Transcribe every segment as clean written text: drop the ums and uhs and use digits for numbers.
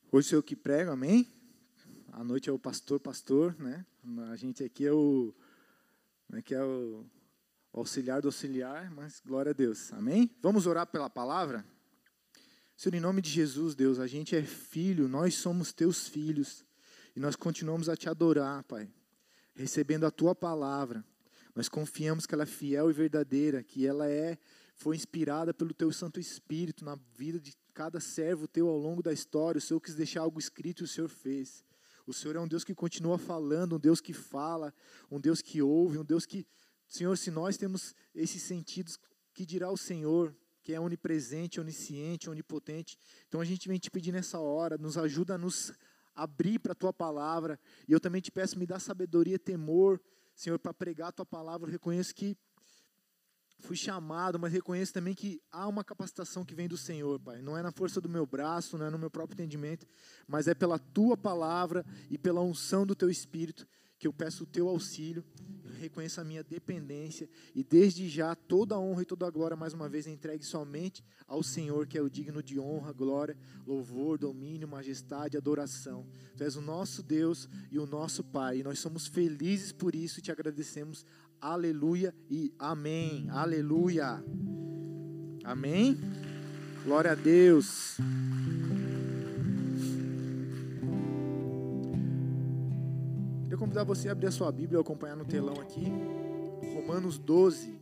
Hoje sou eu que prego, amém? À noite é o pastor, né? A gente aqui é o auxiliar do auxiliar, mas glória a Deus, amém? Vamos orar pela palavra? Senhor, em nome de Jesus, Deus, a gente é filho, nós somos teus filhos, e nós continuamos a te adorar, Pai, recebendo a tua palavra. Nós confiamos que ela é fiel e verdadeira, que ela foi inspirada pelo teu Santo Espírito na vida de cada servo teu ao longo da história. O Senhor quis deixar algo escrito e o Senhor fez. O Senhor é um Deus que continua falando, um Deus que fala, um Deus que ouve, um Deus que... Senhor, se nós temos esses sentidos, que dirá o Senhor, que é onipresente, onisciente, onipotente. Então a gente vem te pedir nessa hora, nos ajuda a nos abrir para a tua palavra. E eu também te peço, me dá sabedoria e temor, Senhor, para pregar a tua palavra. Eu reconheço que fui chamado, mas reconheço também que há uma capacitação que vem do Senhor, Pai. Não é na força do meu braço, não é no meu próprio entendimento, mas é pela tua palavra e pela unção do teu Espírito que eu peço o teu auxílio. Eu reconheço a minha dependência e desde já toda a honra e toda a glória mais uma vez entregue somente ao Senhor, que é o digno de honra, glória, louvor, domínio, majestade, adoração. Tu és o nosso Deus e o nosso Pai, e nós somos felizes por isso e te agradecemos. Aleluia e amém. Aleluia. Amém. Glória a Deus. Queria convidar você a abrir a sua Bíblia e acompanhar no telão aqui. Romanos 12.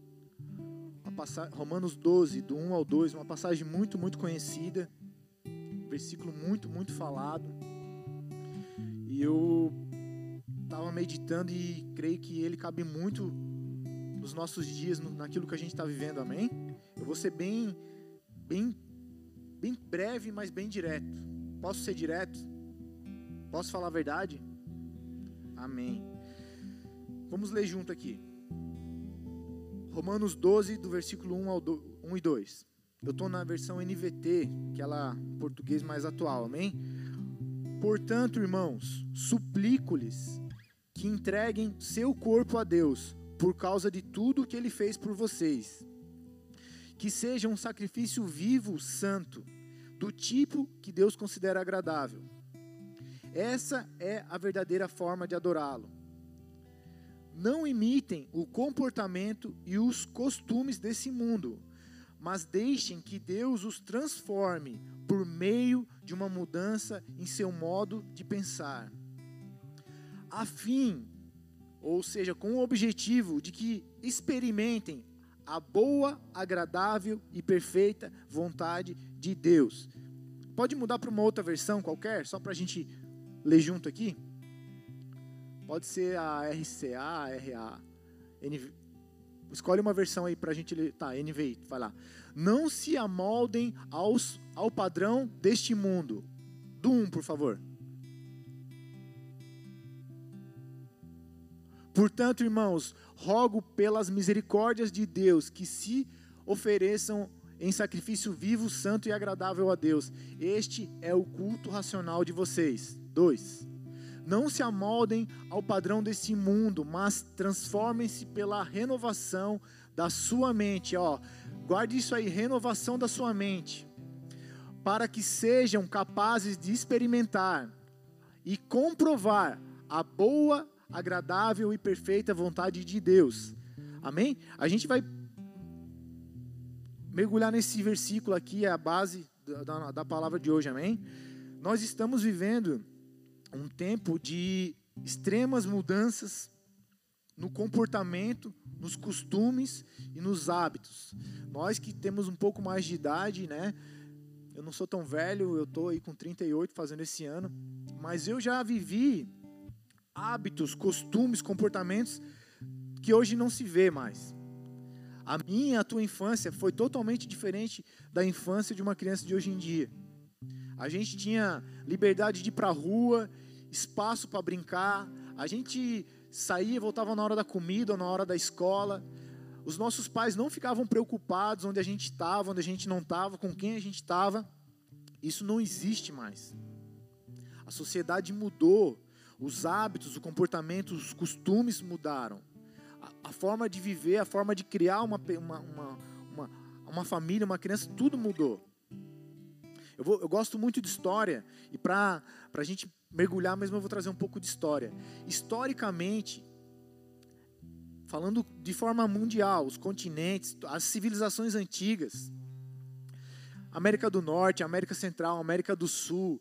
Romanos 12, do 1 ao 2. Uma passagem muito, muito conhecida. Um versículo muito, muito falado. E eu estava meditando e creio que ele cabe muito nos nossos dias, naquilo que a gente está vivendo, amém? Eu vou ser bem breve, mas bem direto. Posso ser direto? Posso falar a verdade? Amém. Vamos ler junto aqui. Romanos 12, do versículo 1 e 2. Eu estou na versão NVT, que é a português mais atual, amém? Portanto, irmãos, suplico-lhes que entreguem seu corpo a Deus, por causa de tudo que Ele fez por vocês. Que seja um sacrifício vivo, santo, do tipo que Deus considera agradável. Essa é a verdadeira forma de adorá-lo. Não imitem o comportamento e os costumes desse mundo, mas deixem que Deus os transforme por meio de uma mudança em seu modo de pensar. A fim, ou seja, com o objetivo de que experimentem a boa, agradável e perfeita vontade de Deus. Pode mudar para uma outra versão qualquer, só para a gente ler junto aqui? Pode ser a RCA, a RA, NV. Escolhe uma versão aí para a gente ler. Tá, NVI, vai lá. Não se amoldem ao padrão deste mundo. Do 1, por favor. Portanto, irmãos, rogo pelas misericórdias de Deus que se ofereçam em sacrifício vivo, santo e agradável a Deus. Este é o culto racional de vocês. 2. Não se amoldem ao padrão desse mundo, mas transformem-se pela renovação da sua mente. Guarde isso aí, renovação da sua mente. Para que sejam capazes de experimentar e comprovar a boa, agradável e perfeita vontade de Deus. Amém? A gente vai mergulhar nesse versículo aqui, é a base da palavra de hoje, amém? Nós estamos vivendo um tempo de extremas mudanças no comportamento, nos costumes e nos hábitos. Nós que temos um pouco mais de idade, né? Eu não sou tão velho, eu estou aí com 38 fazendo esse ano, mas eu já vivi hábitos, costumes, comportamentos que hoje não se vê mais. A tua infância foi totalmente diferente da infância de uma criança de hoje em dia. A gente tinha liberdade de ir para a rua, espaço para brincar, a gente saía e voltava na hora da comida ou na hora da escola. Os nossos pais não ficavam preocupados onde a gente estava, onde a gente não estava, com quem a gente estava. Isso não existe mais. A sociedade mudou. Os hábitos, o comportamento, os costumes mudaram. A forma de viver, a forma de criar uma família, uma criança, tudo mudou. Eu gosto muito de história, e para a gente mergulhar mesmo, eu vou trazer um pouco de história. Historicamente, falando de forma mundial, os continentes, as civilizações antigas, América do Norte, América Central, América do Sul,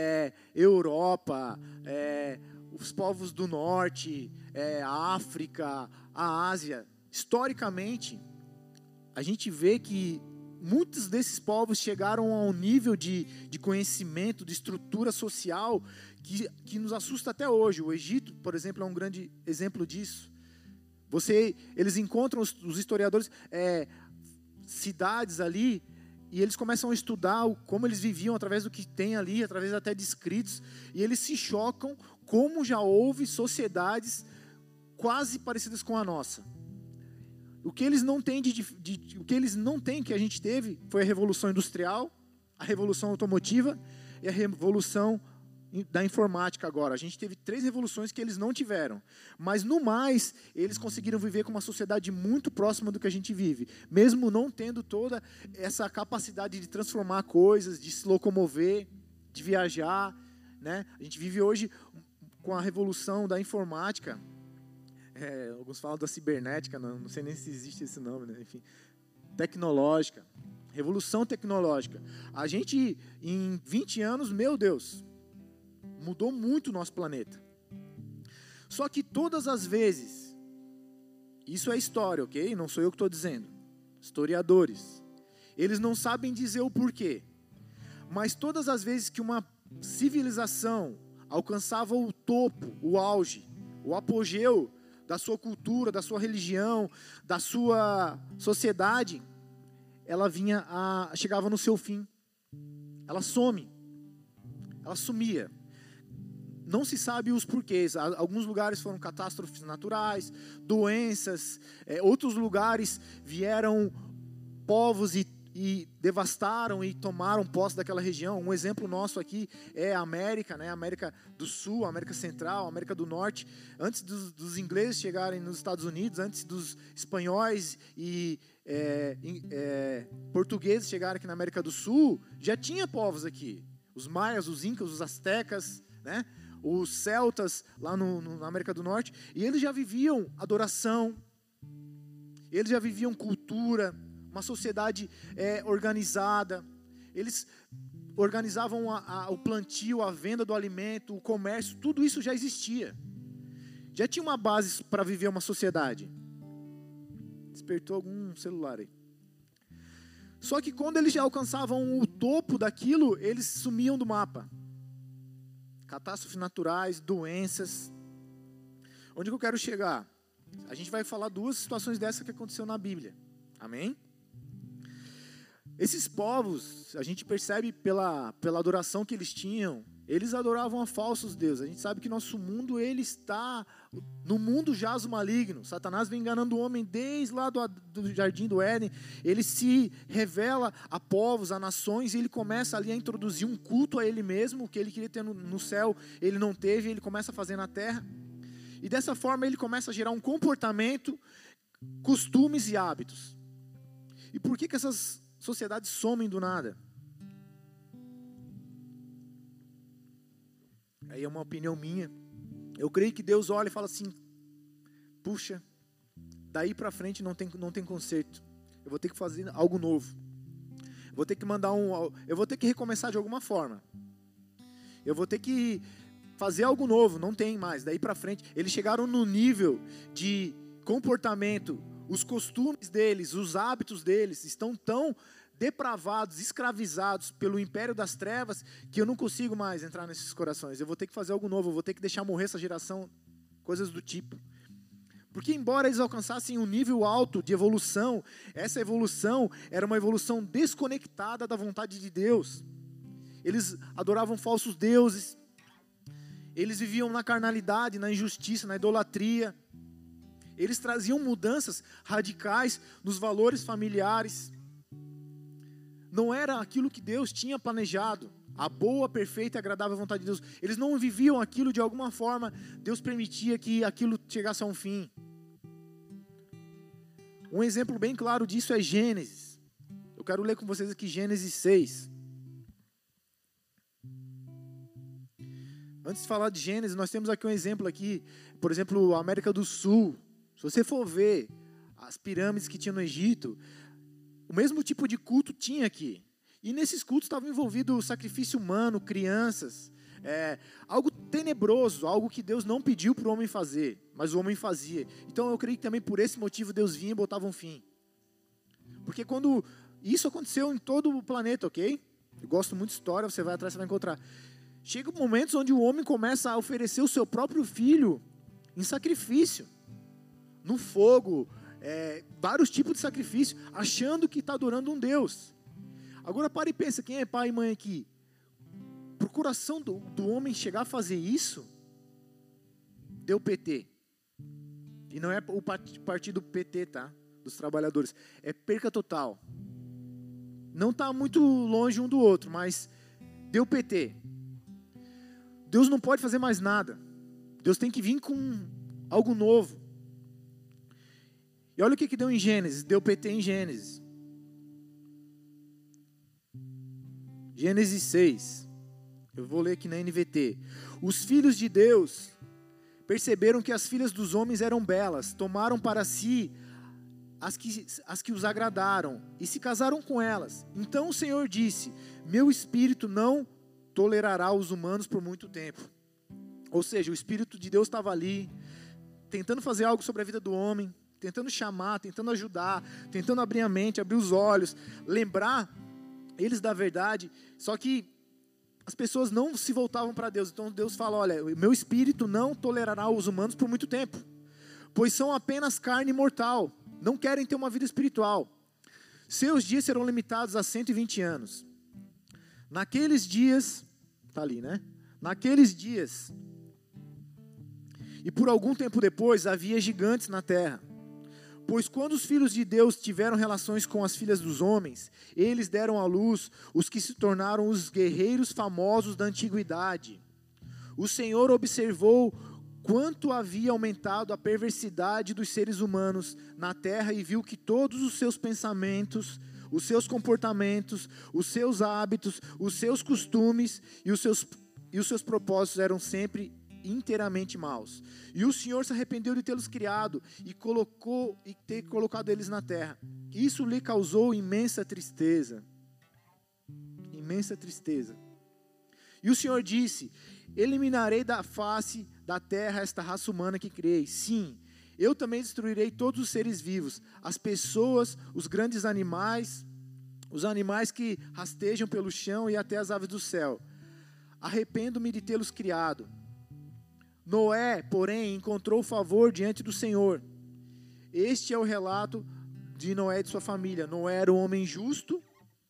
Europa, os povos do Norte, a África, a Ásia, historicamente, a gente vê que muitos desses povos chegaram a um nível de conhecimento, de estrutura social, que nos assusta até hoje. O Egito, por exemplo, é um grande exemplo disso. Eles encontram, os historiadores, cidades ali, e eles começam a estudar como eles viviam através do que tem ali, através até de escritos, e eles se chocam como já houve sociedades quase parecidas com a nossa. O que eles não têm que a gente teve foi a Revolução Industrial, a Revolução Automotiva e a Revolução da Informática agora. A gente teve 3 revoluções que eles não tiveram. Mas, no mais, eles conseguiram viver com uma sociedade muito próxima do que a gente vive. Mesmo não tendo toda essa capacidade de transformar coisas, de se locomover, de viajar, né? A gente vive hoje com a Revolução da Informática. Alguns falam da cibernética, não sei nem se existe esse nome, né? Enfim, tecnológica, revolução tecnológica. A gente, em 20 anos, meu Deus, mudou muito o nosso planeta. Só que todas as vezes, isso é história, ok? Não sou eu que estou dizendo. Historiadores, eles não sabem dizer o porquê, mas todas as vezes que uma civilização alcançava o topo, o auge, o apogeu da sua cultura, da sua religião, da sua sociedade, ela chegava no seu fim. Ela sumia. Não se sabe os porquês. Alguns lugares foram catástrofes naturais, doenças. Outros lugares vieram povos e devastaram e tomaram posse daquela região. Um exemplo nosso aqui é a América, né? A América do Sul, a América Central, a América do Norte. Antes dos ingleses chegarem nos Estados Unidos, antes dos espanhóis e portugueses chegarem aqui na América do Sul, já tinha povos aqui. Os maias, os incas, os astecas, né? Os celtas lá na América do Norte. E eles já viviam adoração, eles já viviam cultura, uma sociedade organizada. Eles organizavam o plantio, a venda do alimento, o comércio, tudo isso já existia. Já tinha uma base para viver uma sociedade. Despertou algum celular aí. Só que quando eles já alcançavam o topo daquilo, eles sumiam do mapa. Catástrofes naturais, doenças. Onde que eu quero chegar? A gente vai falar 2 situações dessas que aconteceu na Bíblia. Amém? Esses povos, a gente percebe pela adoração que eles tinham, eles adoravam a falsos deuses. A gente sabe que nosso mundo, no mundo jaz o maligno. Satanás vem enganando o homem desde lá do jardim do Éden. Ele se revela a povos, a nações, e ele começa ali a introduzir um culto a ele mesmo. O que ele queria ter no céu, ele não teve, ele começa a fazer na terra. E dessa forma ele começa a gerar um comportamento, costumes e hábitos. E por que essas sociedades somem do nada? Aí é uma opinião minha. Eu creio que Deus olha e fala assim: puxa, daí para frente não tem conserto. Eu vou ter que fazer algo novo. Eu vou ter que recomeçar de alguma forma. Eu vou ter que fazer algo novo. Não tem mais. Daí para frente, eles chegaram no nível de comportamento, os costumes deles, os hábitos deles estão tão depravados, escravizados pelo império das trevas, que eu não consigo mais entrar nesses corações. Eu vou ter que fazer algo novo, eu vou ter que deixar morrer essa geração, coisas do tipo. Porque embora eles alcançassem um nível alto de evolução, essa evolução era uma evolução desconectada da vontade de Deus. Eles adoravam falsos deuses, eles viviam na carnalidade, na injustiça, na idolatria. Eles traziam mudanças radicais nos valores familiares. Não era aquilo que Deus tinha planejado, a boa, perfeita e agradável vontade de Deus. Eles não viviam aquilo de alguma forma. Deus permitia que aquilo chegasse a um fim. Um exemplo bem claro disso é Gênesis. Eu quero ler com vocês aqui Gênesis 6. Antes de falar de Gênesis, nós temos aqui um exemplo aqui, por exemplo, a América do Sul. Se você for ver as pirâmides que tinha no Egito, o mesmo tipo de culto tinha aqui. E nesses cultos estava envolvido o sacrifício humano, crianças, algo tenebroso, algo que Deus não pediu para o homem fazer, mas o homem fazia. Então eu creio que também por esse motivo Deus vinha e botava um fim. Porque quando isso aconteceu em todo o planeta, ok? Eu gosto muito de história, você vai atrás, você vai encontrar. Chega momentos onde o homem começa a oferecer o seu próprio filho em sacrifício, no fogo, vários tipos de sacrifício, achando que está adorando um Deus. Agora para e pensa, quem é pai e mãe aqui? Para o coração do homem chegar a fazer isso, deu PT. E não é o partido PT, tá? Dos trabalhadores. É perca total. Não está muito longe um do outro, mas deu PT. Deus não pode fazer mais nada. Deus tem que vir com algo novo. E olha o que deu em Gênesis. Deu PT em Gênesis. Gênesis 6. Eu vou ler aqui na NVT. Os filhos de Deus perceberam que as filhas dos homens eram belas. Tomaram para si as que os agradaram e se casaram com elas. Então o Senhor disse: meu espírito não tolerará os humanos por muito tempo. Ou seja, o Espírito de Deus estava ali, tentando fazer algo sobre a vida do homem, tentando chamar, tentando ajudar, tentando abrir a mente, abrir os olhos, lembrar eles da verdade. Só que as pessoas não se voltavam para Deus. Então Deus fala: olha, meu Espírito não tolerará os humanos por muito tempo, pois são apenas carne mortal, não querem ter uma vida espiritual. Seus dias serão limitados a 120 anos. Naqueles dias, está ali, né? Naqueles dias, e por algum tempo depois, havia gigantes na terra. Pois quando os filhos de Deus tiveram relações com as filhas dos homens, eles deram à luz os que se tornaram os guerreiros famosos da antiguidade. O Senhor observou quanto havia aumentado a perversidade dos seres humanos na terra e viu que todos os seus pensamentos, os seus comportamentos, os seus hábitos, os seus costumes e os seus propósitos eram sempre inteiramente maus. E o Senhor se arrependeu de tê-los criado e ter colocado eles na terra. Isso lhe causou imensa tristeza. Imensa tristeza. E o Senhor disse: eliminarei da face da terra esta raça humana que criei. Sim, eu também destruirei todos os seres vivos, as pessoas, os grandes animais, os animais que rastejam pelo chão e até as aves do céu. Arrependo-me de tê-los criado. Noé, porém, encontrou favor diante do Senhor. Este é o relato de Noé e de sua família. Noé era um homem justo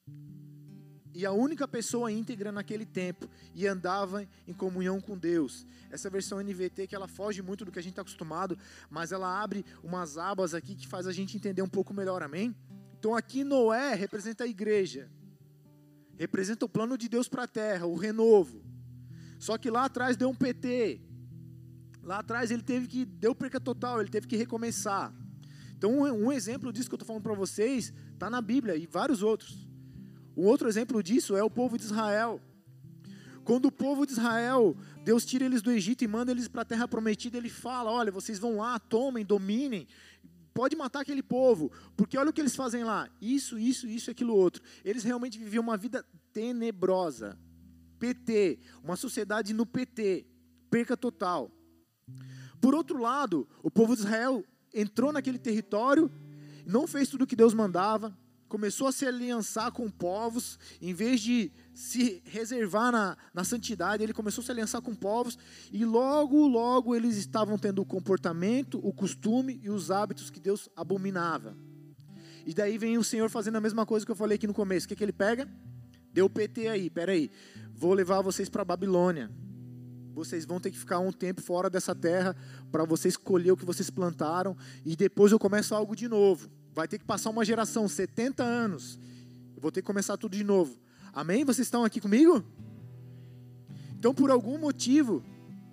e a única pessoa íntegra naquele tempo, e andava em comunhão com Deus. Essa versão NVT, que ela foge muito do que a gente está acostumado, mas ela abre umas abas aqui que faz a gente entender um pouco melhor, amém? Então aqui Noé representa a igreja, representa o plano de Deus para a terra, o renovo. Só que lá atrás deu um PT, lá atrás deu perca total, ele teve que recomeçar. Então um exemplo disso que eu estou falando para vocês, está na Bíblia e vários outros. Um outro exemplo disso é o povo de Israel. Quando o povo de Israel, Deus tira eles do Egito e manda eles para a terra prometida, ele fala: olha, vocês vão lá, tomem, dominem, pode matar aquele povo, porque olha o que eles fazem lá, isso e aquilo outro. Eles realmente viviam uma vida tenebrosa, PT, uma sociedade no PT, perca total. Por outro lado, o povo de Israel entrou naquele território, não fez tudo o que Deus mandava, começou a se aliançar com povos, em vez de se reservar na santidade, ele começou a se aliançar com povos, e logo eles estavam tendo o comportamento, o costume e os hábitos que Deus abominava. E daí vem o Senhor fazendo a mesma coisa que eu falei aqui no começo. O que ele pega? Deu PT aí, peraí, vou levar vocês para a Babilônia. Vocês vão ter que ficar um tempo fora dessa terra, para vocês colher o que vocês plantaram, e depois eu começo algo de novo. Vai ter que passar uma geração, 70 anos. Eu vou ter que começar tudo de novo. Amém? Vocês estão aqui comigo? Então, por algum motivo,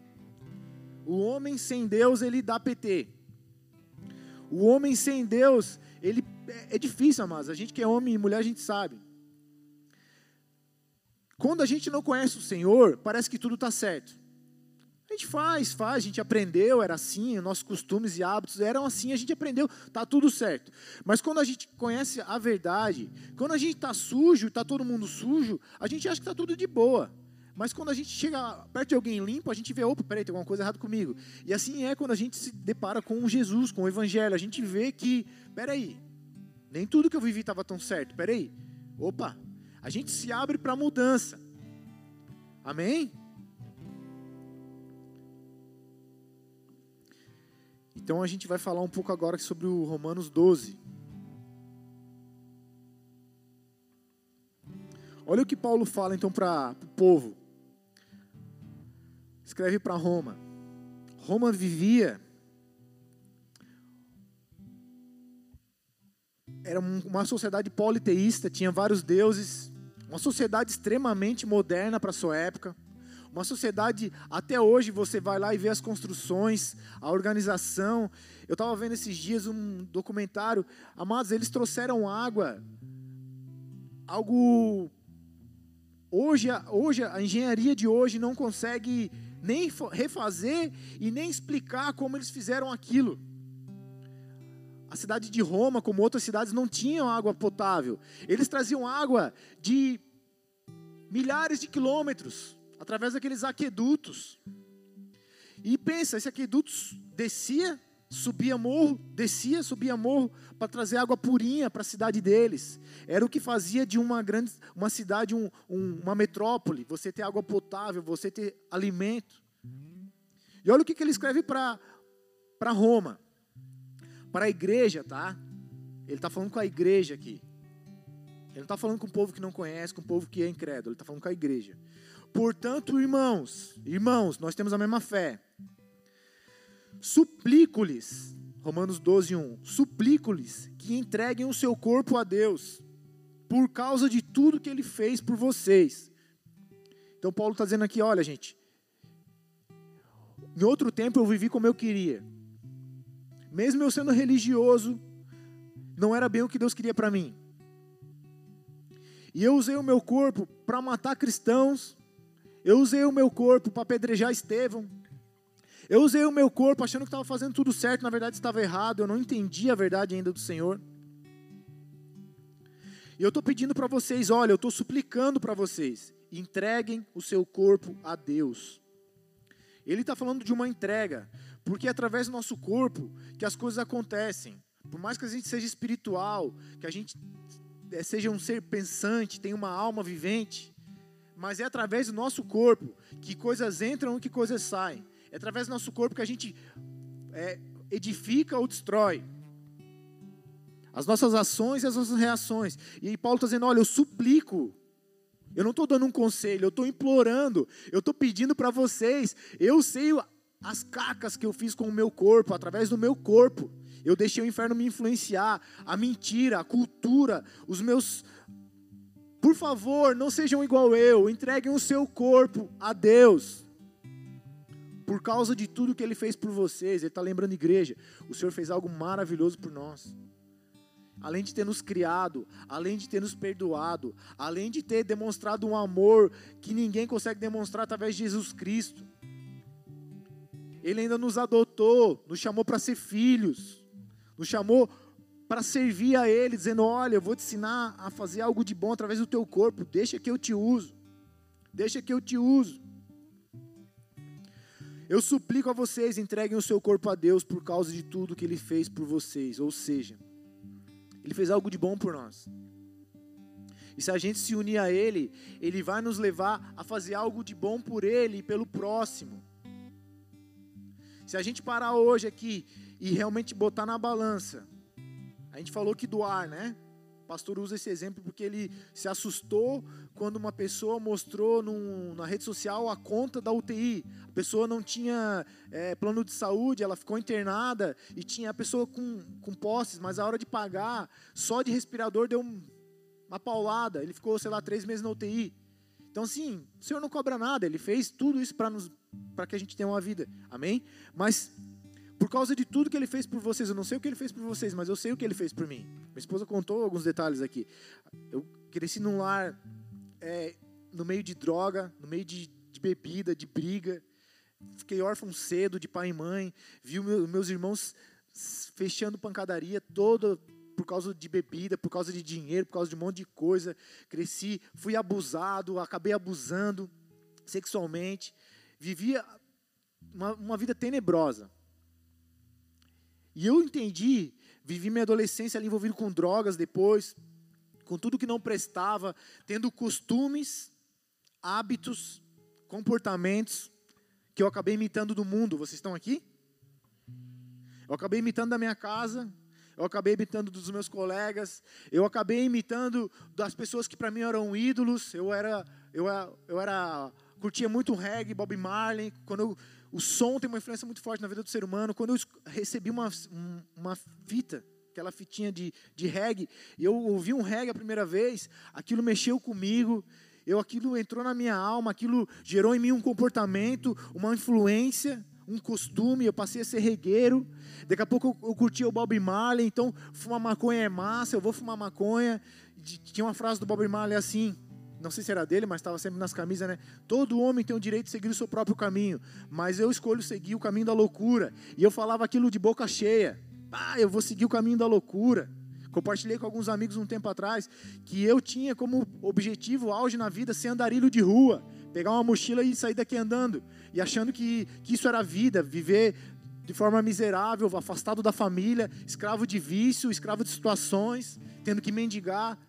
o homem sem Deus, ele dá PT. O homem sem Deus, ele é difícil, amados. A gente que é homem e mulher, a gente sabe. Quando a gente não conhece o Senhor, parece que tudo está certo. gente faz, a gente aprendeu, era assim, nossos costumes e hábitos eram assim, a gente aprendeu, tá tudo certo. Mas quando a gente conhece a verdade, quando a gente tá sujo, tá todo mundo sujo, a gente acha que tá tudo de boa. Mas quando a gente chega perto de alguém limpo, a gente vê, opa, peraí, tem alguma coisa errada comigo. E assim é quando a gente se depara com Jesus, com o Evangelho. A gente vê que, peraí, nem tudo que eu vivi estava tão certo. Peraí, opa, a gente se abre para a mudança. Amém? Então a gente vai falar um pouco agora sobre o Romanos 12. Olha o que Paulo fala então para o povo. Escreve para Roma. Roma vivia, era uma sociedade politeísta, tinha vários deuses, uma sociedade extremamente moderna para a sua época, uma sociedade, até hoje você vai lá e vê as construções, a organização. Eu estava vendo esses dias um documentário, amados, eles trouxeram água, algo... Hoje a engenharia de hoje não consegue nem refazer e nem explicar como eles fizeram aquilo. A cidade de Roma, como outras cidades, não tinham água potável. Eles traziam água de milhares de quilômetros, através daqueles aquedutos. E pensa, esse aqueduto descia, subia morro, descia, subia morro, para trazer água purinha para a cidade deles. Era o que fazia de uma cidade, uma metrópole, você ter água potável, você ter alimento. E olha o que ele escreve para Roma, para a igreja, tá? Ele está falando com a igreja aqui. Ele não está falando com o povo que não conhece, com o povo que é incrédulo, ele está falando com a igreja. Portanto, irmãos, nós temos a mesma fé. Suplico-lhes, Romanos 12, 1, suplico-lhes que entreguem o seu corpo a Deus, por causa de tudo que Ele fez por vocês. Então Paulo está dizendo aqui, olha gente, em outro tempo eu vivi como eu queria, mesmo eu sendo religioso, não era bem o que Deus queria para mim, e eu usei o meu corpo para matar cristãos, eu usei o meu corpo para apedrejar Estevão, eu usei o meu corpo achando que estava fazendo tudo certo, na verdade estava errado, eu não entendi a verdade ainda do Senhor. E eu estou pedindo para vocês, olha, eu estou suplicando para vocês, entreguem o seu corpo a Deus. Ele está falando de uma entrega, porque é através do nosso corpo que as coisas acontecem. Por mais que a gente seja espiritual, que a gente seja um ser pensante, tenha uma alma vivente, mas é através do nosso corpo que coisas entram e que coisas saem. É através do nosso corpo que a gente edifica ou destrói. As nossas ações e as nossas reações. E aí Paulo está dizendo, olha, eu suplico. Eu não estou dando um conselho, eu estou implorando. Eu estou pedindo para vocês. Eu sei as cacas que eu fiz com o meu corpo, através do meu corpo. Eu deixei o inferno me influenciar. A mentira, a cultura, os meus... Por favor, não sejam igual eu. Entreguem o seu corpo a Deus. Por causa de tudo que Ele fez por vocês. Ele está lembrando a igreja. O Senhor fez algo maravilhoso por nós. Além de ter nos criado, além de ter nos perdoado, além de ter demonstrado um amor que ninguém consegue demonstrar através de Jesus Cristo. Ele ainda nos adotou, nos chamou para ser filhos, nos chamou para servir a Ele, dizendo, olha, eu vou te ensinar a fazer algo de bom através do teu corpo, deixa que eu te uso, deixa que eu te uso. Eu suplico a vocês, entreguem o seu corpo a Deus por causa de tudo que Ele fez por vocês. Ou seja, Ele fez algo de bom por nós. E se a gente se unir a Ele, Ele vai nos levar a fazer algo de bom por Ele e pelo próximo. Se a gente parar hoje aqui e realmente botar na balança, a gente falou que doar, né? O pastor usa esse exemplo porque ele se assustou quando uma pessoa mostrou na rede social a conta da UTI. A pessoa não tinha plano de saúde, ela ficou internada e tinha a pessoa com posses, mas a hora de pagar, só de respirador deu uma paulada. Ele ficou, 3 meses na UTI. Então assim, o Senhor não cobra nada, Ele fez tudo isso para que a gente tenha uma vida. Amém? Mas... por causa de tudo que Ele fez por vocês, eu não sei o que Ele fez por vocês, mas eu sei o que Ele fez por mim. Minha esposa contou alguns detalhes aqui. Eu cresci num lar no meio de droga, no meio de bebida, de briga. fiquei órfão cedo de pai e mãe, vi meus irmãos fechando pancadaria toda por causa de bebida, por causa de dinheiro, por causa de um monte de coisa. Cresci, fui abusado, acabei abusando sexualmente, vivia uma vida tenebrosa. E eu entendi, vivi minha adolescência ali envolvido com drogas depois, com tudo que não prestava, tendo costumes, hábitos, comportamentos que eu acabei imitando do mundo. Vocês estão aqui? Eu acabei imitando da minha casa, eu acabei imitando dos meus colegas, eu acabei imitando das pessoas que para mim eram ídolos. Curtia muito reggae, Bob Marley. O som tem uma influência muito forte na vida do ser humano. Quando eu recebi uma fita, aquela fitinha de reggae, e eu ouvi um reggae a primeira vez, aquilo mexeu comigo, aquilo entrou na minha alma, aquilo gerou em mim um comportamento, uma influência, um costume. Eu passei a ser regueiro. Daqui a pouco eu curtia o Bob Marley, então fumar maconha é massa, eu vou fumar maconha. Tinha uma frase do Bob Marley assim, não sei se era dele, mas estava sempre nas camisas, né? Todo homem tem o direito de seguir o seu próprio caminho, mas eu escolho seguir o caminho da loucura. E eu falava aquilo de boca cheia. Eu vou seguir o caminho da loucura. Compartilhei com alguns amigos um tempo atrás que eu tinha como objetivo, auge na vida, ser andarilho de rua, pegar uma mochila e sair daqui andando, e achando que isso era a vida, viver de forma miserável, afastado da família, escravo de vício, escravo de situações, tendo que mendigar.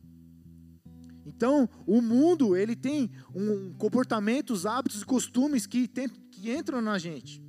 Então, o mundo, ele tem comportamentos, hábitos e costumes que entram na gente.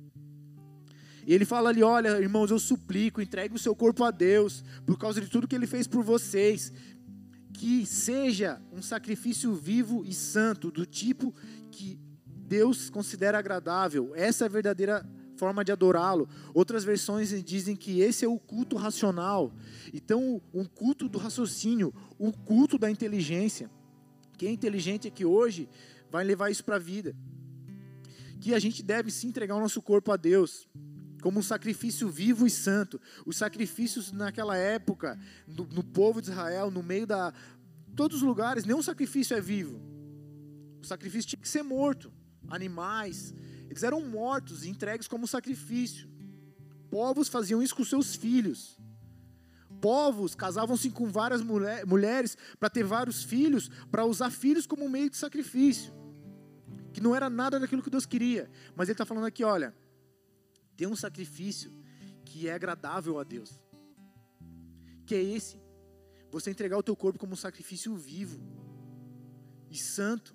E ele fala ali, olha, irmãos, eu suplico, entregue o seu corpo a Deus, por causa de tudo que Ele fez por vocês, que seja um sacrifício vivo e santo, do tipo que Deus considera agradável. Essa é a verdadeira forma de adorá-lo. Outras versões dizem que esse é o culto racional. Então, um culto do raciocínio, o culto da inteligência. Quem é inteligente aqui hoje vai levar isso para a vida. Que a gente deve se entregar o nosso corpo a Deus como um sacrifício vivo e santo. Os sacrifícios naquela época, no povo de Israel, no meio da... todos os lugares, nenhum sacrifício é vivo. O sacrifício tinha que ser morto. Animais, eles eram mortos e entregues como sacrifício. Povos faziam isso com seus filhos. Povos casavam-se com várias mulheres para ter vários filhos, para usar filhos como meio de sacrifício. Que não era nada daquilo que Deus queria. Mas Ele está falando aqui, olha, tem um sacrifício que é agradável a Deus. Que é esse. Você entregar o teu corpo como um sacrifício vivo e santo.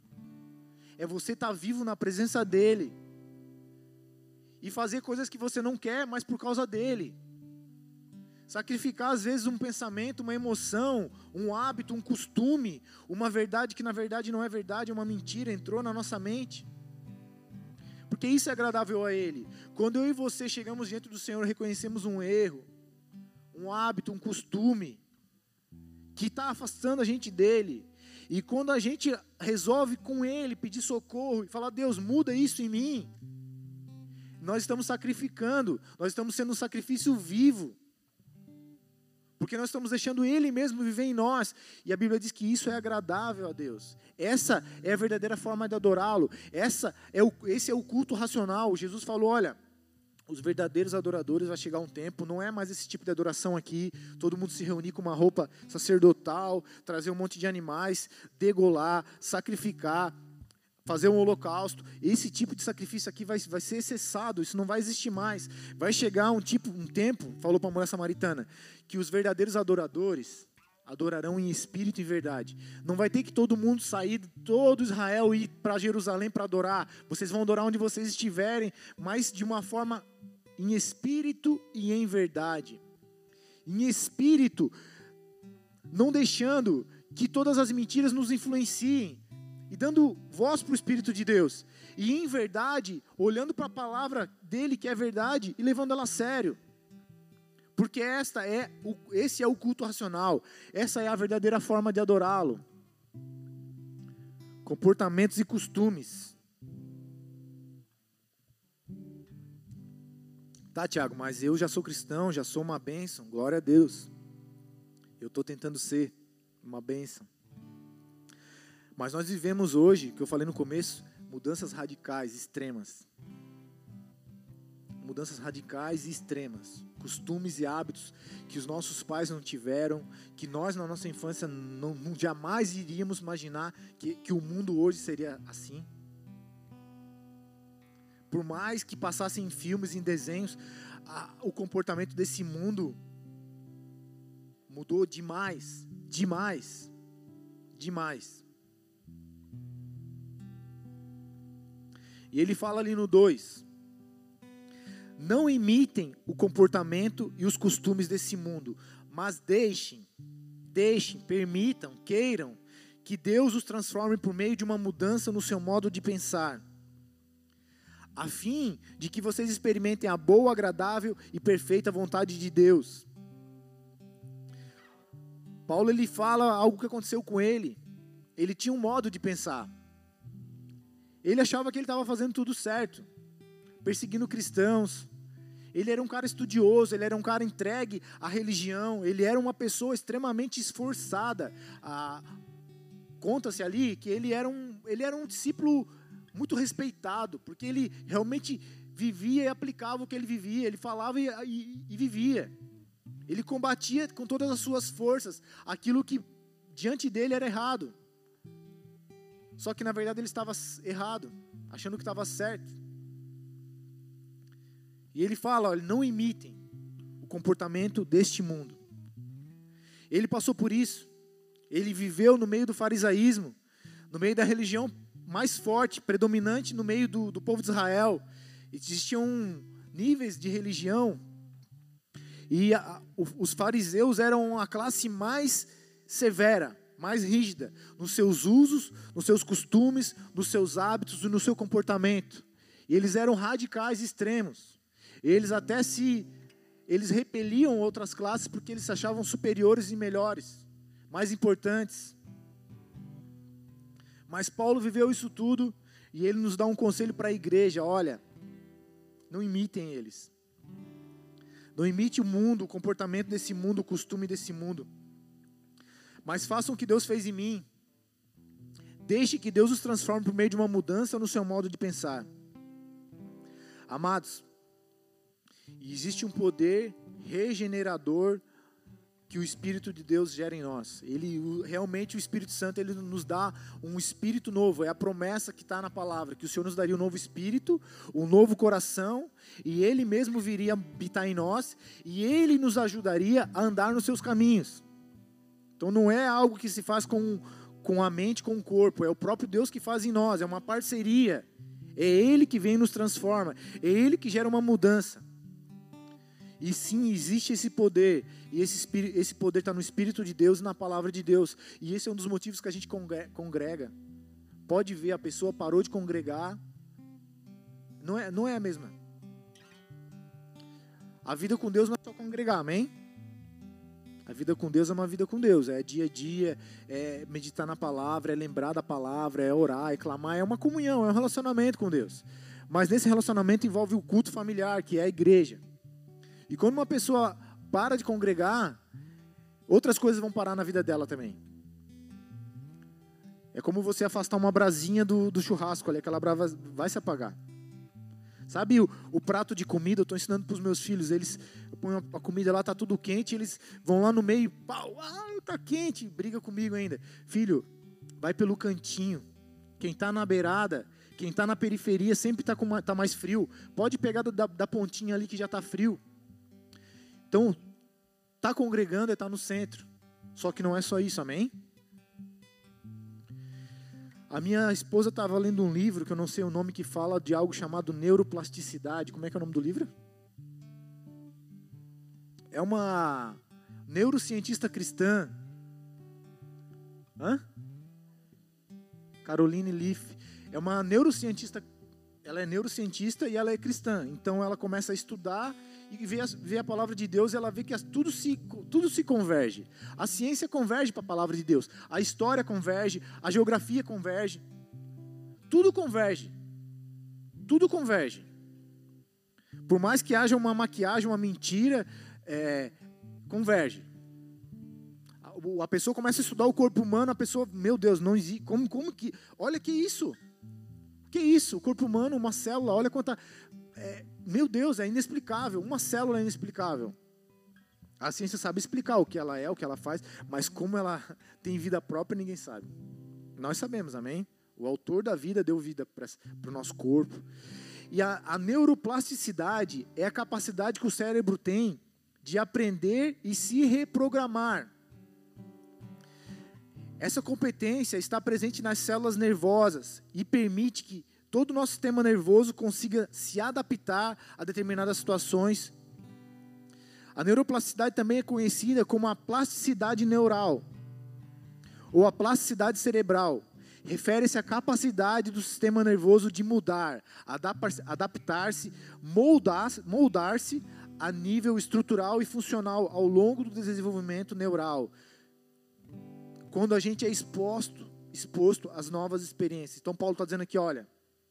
É você estar vivo na presença dEle. E fazer coisas que você não quer, mas por causa dEle. Sacrificar às vezes um pensamento, uma emoção, um hábito, um costume, uma verdade que na verdade não é verdade, é uma mentira, entrou na nossa mente. Porque isso é agradável a Ele. Quando eu e você chegamos diante do Senhor, reconhecemos um erro, um hábito, um costume, que está afastando a gente dEle. E quando a gente resolve com Ele pedir socorro e falar, Deus, muda isso em mim, nós estamos sacrificando, nós estamos sendo um sacrifício vivo. Porque nós estamos deixando Ele mesmo viver em nós. E a Bíblia diz que isso é agradável a Deus. Essa é a verdadeira forma de adorá-lo. Esse é o culto racional. Jesus falou, olha, os verdadeiros adoradores vai chegar um tempo, não é mais esse tipo de adoração aqui, todo mundo se reunir com uma roupa sacerdotal, trazer um monte de animais, degolar, sacrificar, fazer um holocausto. Esse tipo de sacrifício aqui vai ser cessado, isso não vai existir mais. Vai chegar um tempo, falou para a mulher samaritana, que os verdadeiros adoradores adorarão em espírito e em verdade. Não vai ter que todo mundo sair, todo Israel ir para Jerusalém para adorar. Vocês vão adorar onde vocês estiverem, mas de uma forma em espírito e em verdade. Em espírito, não deixando que todas as mentiras nos influenciem, e dando voz para o Espírito de Deus. E em verdade, olhando para a palavra dele, que é verdade, e levando ela a sério. Porque esse é o culto racional. Essa é a verdadeira forma de adorá-lo. Comportamentos e costumes. Tá, Tiago, mas eu já sou cristão, já sou uma bênção. Glória a Deus. Eu estou tentando ser uma bênção. Mas nós vivemos hoje, que eu falei no começo, mudanças radicais, extremas. Mudanças radicais e extremas. Costumes e hábitos que os nossos pais não tiveram, que nós na nossa infância não jamais iríamos imaginar que o mundo hoje seria assim. Por mais que passassem em filmes, em desenhos, o comportamento desse mundo mudou demais, demais, demais. E ele fala ali no 2, não imitem o comportamento e os costumes desse mundo, mas deixem, permitam, queiram que Deus os transforme por meio de uma mudança no seu modo de pensar, a fim de que vocês experimentem a boa, agradável e perfeita vontade de Deus. Paulo, ele fala algo que aconteceu com ele. Ele tinha um modo de pensar. Ele achava que ele estava fazendo tudo certo, perseguindo cristãos. Ele era um cara estudioso, ele era um cara entregue à religião, ele era uma pessoa extremamente esforçada. Conta-se ali que ele era um discípulo muito respeitado, porque ele realmente vivia e aplicava o que ele vivia, ele falava e vivia. Ele combatia com todas as suas forças aquilo que diante dele era errado. Só que na verdade ele estava errado, achando que estava certo. E ele fala, olha, não imitem o comportamento deste mundo. Ele passou por isso. Ele viveu no meio do farisaísmo, no meio da religião mais forte, predominante no meio do povo de Israel. Existiam níveis de religião. E os fariseus eram a classe mais severa, mais rígida, nos seus usos, nos seus costumes, nos seus hábitos e no seu comportamento. E eles eram radicais extremos. Eles repeliam outras classes porque eles se achavam superiores e melhores, mais importantes. Mas Paulo viveu isso tudo e ele nos dá um conselho para a igreja, olha, não imitem eles. Não imite o mundo, o comportamento desse mundo, o costume desse mundo. Mas façam o que Deus fez em mim. Deixe que Deus os transforme por meio de uma mudança no seu modo de pensar. Amados, existe um poder regenerador que o Espírito de Deus gera em nós. Realmente o Espírito Santo, ele nos dá um espírito novo. É a promessa que está na palavra, que o Senhor nos daria um novo espírito, um novo coração, e Ele mesmo viria habitar em nós, e Ele nos ajudaria a andar nos seus caminhos. Então não é algo que se faz com a mente, com o corpo, é o próprio Deus que faz em nós, é uma parceria. É Ele que vem e nos transforma, é Ele que gera uma mudança. E sim, existe esse poder, e esse poder está no Espírito de Deus e na Palavra de Deus, e esse é um dos motivos que a gente congrega. Pode ver, a pessoa parou de congregar, não é a mesma. A vida com Deus não é só congregar, amém? A vida com Deus é uma vida com Deus, é dia a dia, é meditar na palavra, é lembrar da palavra, é orar, é clamar, é uma comunhão, é um relacionamento com Deus. Mas nesse relacionamento envolve o culto familiar, que é a igreja. E quando uma pessoa para de congregar, outras coisas vão parar na vida dela também. É como você afastar uma brasinha do churrasco ali, aquela brasa vai se apagar. Sabe o prato de comida, eu estou ensinando para os meus filhos, eles põem a comida lá, está tudo quente, eles vão lá no meio, pau, está quente, briga comigo ainda. Filho, vai pelo cantinho. Quem está na beirada, quem está na periferia sempre tá mais frio. Pode pegar da pontinha ali que já está frio. Então, está congregando é estar no centro. Só que não é só isso, amém? A minha esposa estava lendo um livro, que eu não sei o nome, que fala de algo chamado neuroplasticidade. Como é que é o nome do livro? É uma neurocientista cristã. Caroline Leaf. É uma neurocientista. Ela é neurocientista e ela é cristã. Então ela começa a estudar e vê a palavra de Deus, e ela vê que tudo se converge. A ciência converge para a palavra de Deus. A história converge, a geografia converge. Tudo converge. Tudo converge. Por mais que haja uma maquiagem, uma mentira, converge. A pessoa começa a estudar o corpo humano, a pessoa, meu Deus, não existe, como que, olha que isso. Que isso? O corpo humano, uma célula, olha quanta... meu Deus, é inexplicável. Uma célula é inexplicável. A ciência sabe explicar o que ela é, o que ela faz, mas como ela tem vida própria, ninguém sabe. Nós sabemos, amém? O autor da vida deu vida para o nosso corpo. E a neuroplasticidade é a capacidade que o cérebro tem de aprender e se reprogramar. Essa competência está presente nas células nervosas e permite que todo o nosso sistema nervoso consiga se adaptar a determinadas situações. A neuroplasticidade também é conhecida como a plasticidade neural ou a plasticidade cerebral. Refere-se à capacidade do sistema nervoso de mudar, adaptar-se, moldar-se a nível estrutural e funcional ao longo do desenvolvimento neural. Quando a gente é exposto às novas experiências. Então Paulo está dizendo aqui, olha,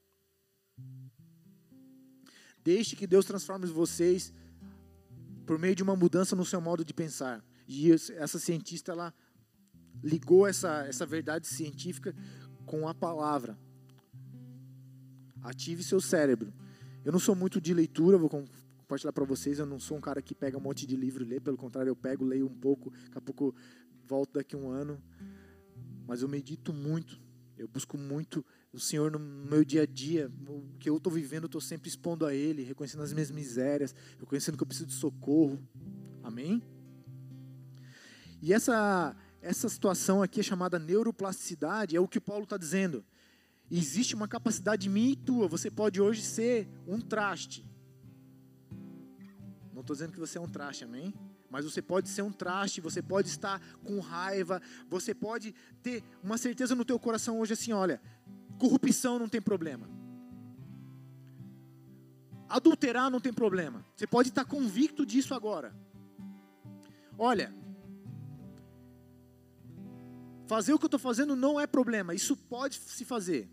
deixe que Deus transforme vocês por meio de uma mudança no seu modo de pensar. E essa cientista, ela ligou essa verdade científica com a palavra. Ative seu cérebro. Eu não sou muito de leitura, vou compartilhar para vocês, eu não sou um cara que pega um monte de livro e lê, pelo contrário, eu pego, leio um pouco, daqui a pouco volto daqui a um ano. Mas eu medito muito, eu busco muito o Senhor no meu dia a dia. O que eu estou vivendo, eu estou sempre expondo a Ele, reconhecendo as minhas misérias, reconhecendo que eu preciso de socorro. Amém? E essa situação aqui é chamada neuroplasticidade, é o que Paulo está dizendo. Existe uma capacidade minha e tua. Você pode hoje ser um traste. Não estou dizendo que você é um traste, amém? Mas você pode ser um traste, você pode estar com raiva, você pode ter uma certeza no teu coração hoje assim, olha, corrupção não tem problema. Adulterar não tem problema. Você pode estar convicto disso agora. Olha, fazer o que eu estou fazendo não é problema, isso pode se fazer.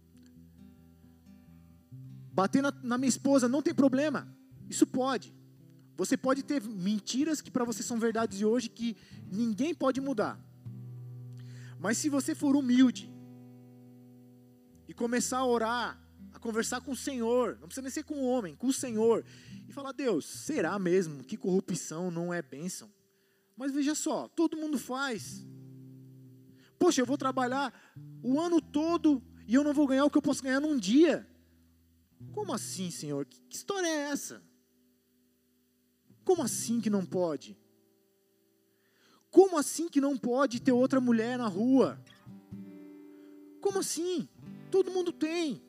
Bater na minha esposa não tem problema, isso pode. Você pode ter mentiras que para você são verdades de hoje que ninguém pode mudar. Mas se você for humilde e começar a orar, a conversar com o Senhor, não precisa nem ser com o homem, com o Senhor, e falar, Deus, será mesmo que corrupção não é bênção? Mas veja só, todo mundo faz. Poxa, eu vou trabalhar o ano todo e eu não vou ganhar o que eu posso ganhar num dia. Como assim, Senhor? Que história é essa? Como assim que não pode? Como assim que não pode ter outra mulher na rua? Como assim? Todo mundo tem.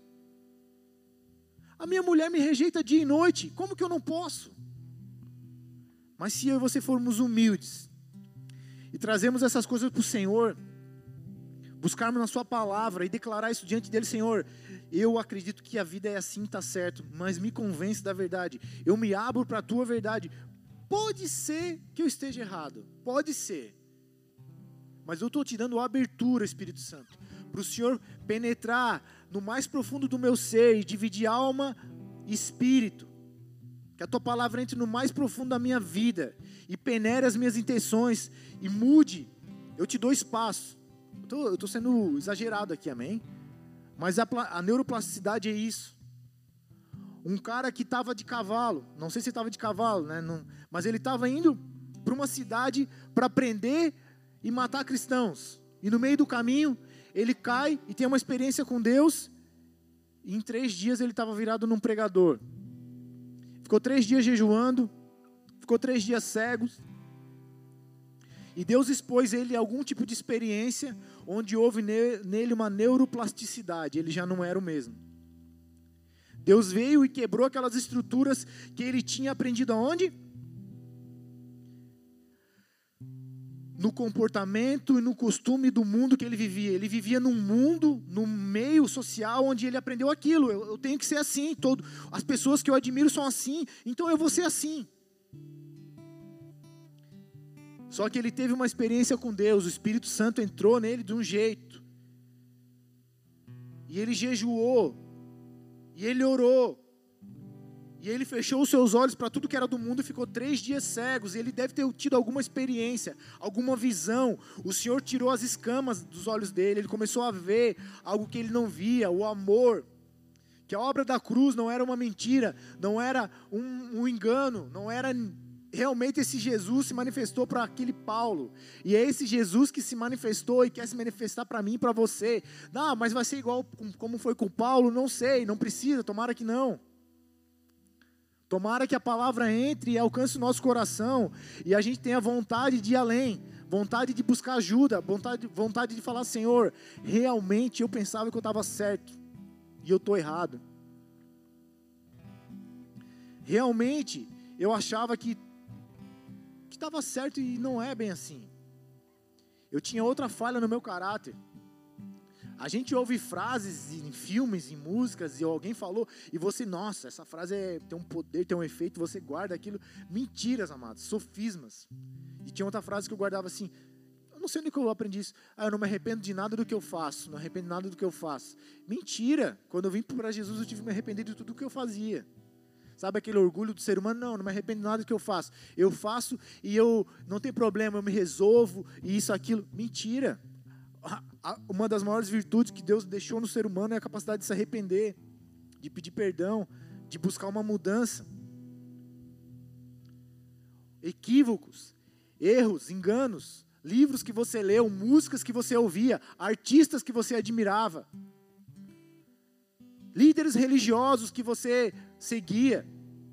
A minha mulher me rejeita dia e noite. Como que eu não posso? Mas se eu e você formos humildes e trazemos essas coisas para o Senhor, buscarmos na sua palavra e declarar isso diante dele, Senhor, eu acredito que a vida é assim, está certo, mas me convence da verdade, eu me abro para a tua verdade. Pode ser que eu esteja errado, pode ser, mas eu estou te dando abertura, Espírito Santo, para o Senhor penetrar no mais profundo do meu ser e dividir alma e espírito, que a tua palavra entre no mais profundo da minha vida e peneire as minhas intenções e mude. Eu te dou espaço. Eu estou sendo exagerado aqui, amém? Mas a neuroplasticidade é isso. Um cara que estava de cavalo, não sei se estava de cavalo, né? Mas ele estava indo para uma cidade para prender e matar cristãos. E no meio do caminho, ele cai e tem uma experiência com Deus. E em 3 dias ele estava virado num pregador. Ficou 3 dias jejuando, ficou 3 dias cegos. E Deus expôs ele a algum tipo de experiência onde houve nele uma neuroplasticidade. Ele já não era o mesmo. Deus veio e quebrou aquelas estruturas que ele tinha aprendido aonde? No comportamento e no costume do mundo que ele vivia. Ele vivia num mundo, num meio social onde ele aprendeu aquilo. Eu tenho que ser assim. As pessoas que eu admiro são assim, então eu vou ser assim. Só que ele teve uma experiência com Deus, o Espírito Santo entrou nele de um jeito. E ele jejuou. E ele orou. E ele fechou os seus olhos para tudo que era do mundo e ficou 3 dias cegos. E ele deve ter tido alguma experiência, alguma visão. O Senhor tirou as escamas dos olhos dele. Ele começou a ver algo que ele não via, o amor. que a obra da cruz não era uma mentira, não era um engano, não era realmente esse Jesus se manifestou para aquele Paulo, e é esse Jesus que se manifestou e quer se manifestar para mim e para você. Não, mas vai ser igual como foi com Paulo? Não sei, não precisa, tomara que não. Tomara que a palavra entre e alcance o nosso coração, e a gente tenha vontade de ir além, vontade de buscar ajuda, vontade de falar: Senhor, realmente eu pensava que eu estava certo, e eu estou errado. Realmente eu achava que estava certo e não é bem assim. Eu tinha outra falha no meu caráter. A gente ouve frases em filmes, em músicas, e alguém falou, e você, nossa, essa frase tem um poder, tem um efeito, você guarda aquilo. Mentiras, amados, sofismas. E tinha outra frase que eu guardava assim, eu não sei onde que eu aprendi isso. Eu não me arrependo de nada do que eu faço, não me arrependo de nada do que eu faço. Mentira, quando eu vim para Jesus eu tive que me arrepender de tudo o que eu fazia. Sabe aquele orgulho do ser humano? Não me arrependo de nada do que eu faço. Eu faço e eu não tem problema, eu me resolvo, e isso, aquilo. Mentira. Uma das maiores virtudes que Deus deixou no ser humano é a capacidade de se arrepender, de pedir perdão, de buscar uma mudança. Equívocos, erros, enganos, livros que você leu, músicas que você ouvia, artistas que você admirava, líderes religiosos que você seguia,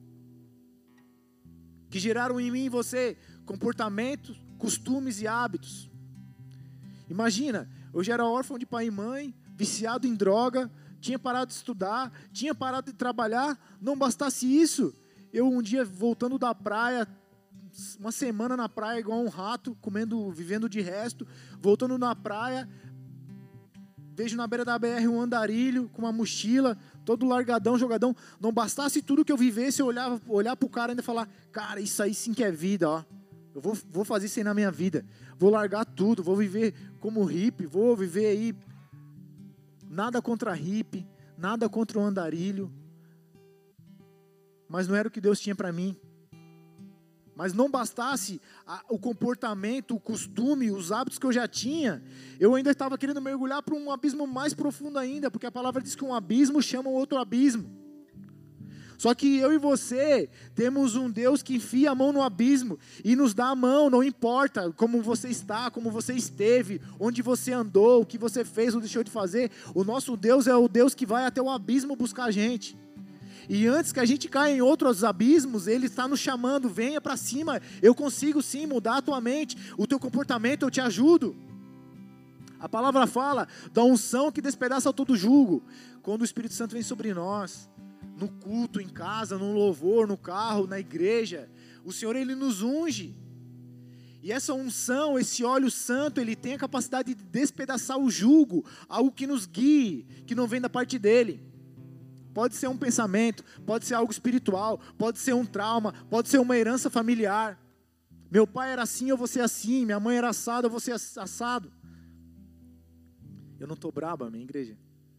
que geraram em mim e você comportamentos, costumes e hábitos. Imagina, eu já era órfão de pai e mãe, viciado em droga, tinha parado de estudar, tinha parado de trabalhar. Não bastasse isso, eu um dia voltando da praia, uma semana na praia igual um rato, vivendo de resto, voltando na praia, vejo na beira da BR um andarilho com uma mochila, todo largadão, jogadão. Não bastasse tudo que eu vivesse, eu olhar pro cara e ainda falar: cara, isso aí sim que é vida, ó. Eu vou fazer isso aí na minha vida. Vou largar tudo, vou viver como hippie, vou viver aí. Nada contra hippie, nada contra o andarilho. Mas não era o que Deus tinha para mim. Mas não bastasse o comportamento, o costume, os hábitos que eu já tinha, eu ainda estava querendo mergulhar para um abismo mais profundo ainda, porque a palavra diz que um abismo chama outro abismo. Só que eu e você temos um Deus que enfia a mão no abismo e nos dá a mão, não importa como você está, como você esteve, onde você andou, o que você fez ou deixou de fazer. O nosso Deus é o Deus que vai até o abismo buscar a gente. E antes que a gente caia em outros abismos, Ele está nos chamando: venha para cima, eu consigo sim mudar a tua mente, o teu comportamento, eu te ajudo. A palavra fala da unção que despedaça todo jugo. Quando o Espírito Santo vem sobre nós, no culto, em casa, no louvor, no carro, na igreja, o Senhor, Ele nos unge. E essa unção, esse óleo santo, ele tem a capacidade de despedaçar o jugo, algo que nos guie, que não vem da parte dele. Pode ser um pensamento, pode ser algo espiritual, pode ser um trauma, pode ser uma herança familiar. Meu pai era assim, eu vou ser assim. Minha mãe era assada, eu vou ser assado. Eu não estou braba, minha igreja.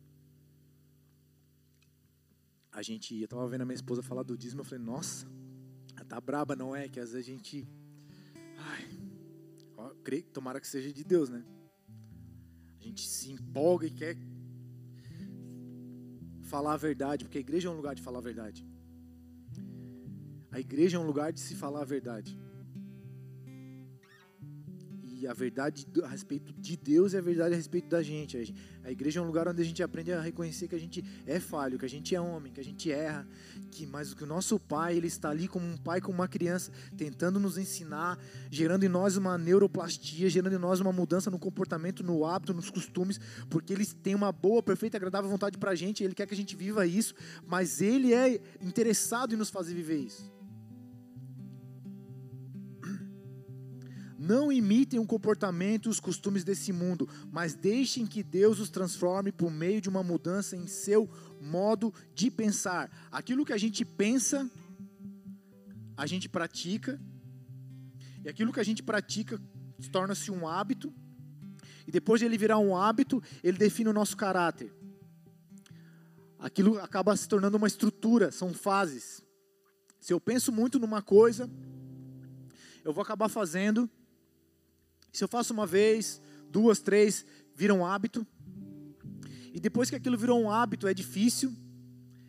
Eu estava vendo a minha esposa falar do dízimo, eu falei: nossa, ela tá braba, não é? Que às vezes a gente... creio, tomara que seja de Deus, né? A gente se empolga e quer falar a verdade, porque a igreja é um lugar de falar a verdade. A igreja é um lugar de se falar a verdade. E a verdade a respeito de Deus é a verdade a respeito da gente. A igreja é um lugar onde a gente aprende a reconhecer que a gente é falho, que a gente é homem, que a gente erra, mas que o nosso Pai, Ele está ali como um pai com uma criança, tentando nos ensinar, gerando em nós uma neuroplastia, gerando em nós uma mudança no comportamento, no hábito, nos costumes, porque Ele tem uma boa, perfeita, agradável vontade para a gente, Ele quer que a gente viva isso, mas Ele é interessado em nos fazer viver isso. Não imitem o comportamento e os costumes desse mundo, mas deixem que Deus os transforme por meio de uma mudança em seu modo de pensar. Aquilo que a gente pensa, a gente pratica, e aquilo que a gente pratica torna-se um hábito, e depois de ele virar um hábito, ele define o nosso caráter. Aquilo acaba se tornando uma estrutura, são fases. Se eu penso muito numa coisa, eu vou acabar fazendo. Se eu faço uma vez, 2, 3, vira um hábito. E depois que aquilo virou um hábito, é difícil.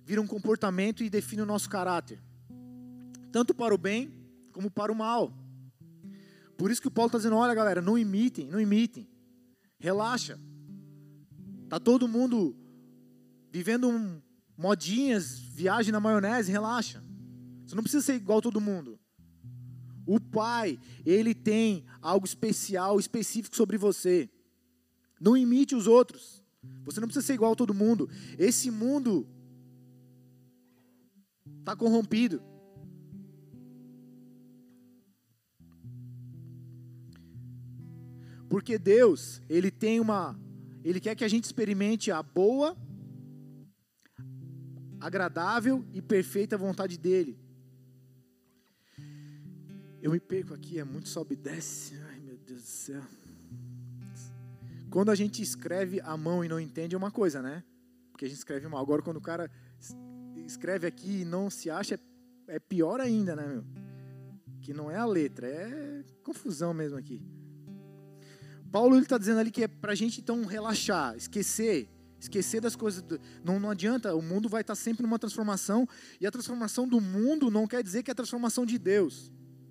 vira um comportamento e define o nosso caráter. Tanto para o bem, como para o mal. Por isso que o Paulo está dizendo, olha galera, não imitem. Relaxa. Está todo mundo vivendo modinhas, viagem na maionese, relaxa. Você não precisa ser igual a todo mundo. O Pai, Ele tem algo especial, específico sobre você. Não imite os outros. Você não precisa ser igual a todo mundo. Esse mundo está corrompido. Porque Deus, Ele quer que a gente experimente a boa, agradável e perfeita vontade dEle. Eu me perco aqui, é muito sobe e desce. Ai, meu Deus do céu. Quando a gente escreve à mão e não entende é uma coisa, né? Porque a gente escreve mal. Agora, quando o cara escreve aqui e não se acha, é pior ainda, né, meu? Que não é a letra, é confusão mesmo aqui. Paulo está dizendo ali que é para a gente, então, relaxar, esquecer das coisas. Não adianta, o mundo vai estar sempre numa transformação. E a transformação do mundo não quer dizer que é a transformação de Deus.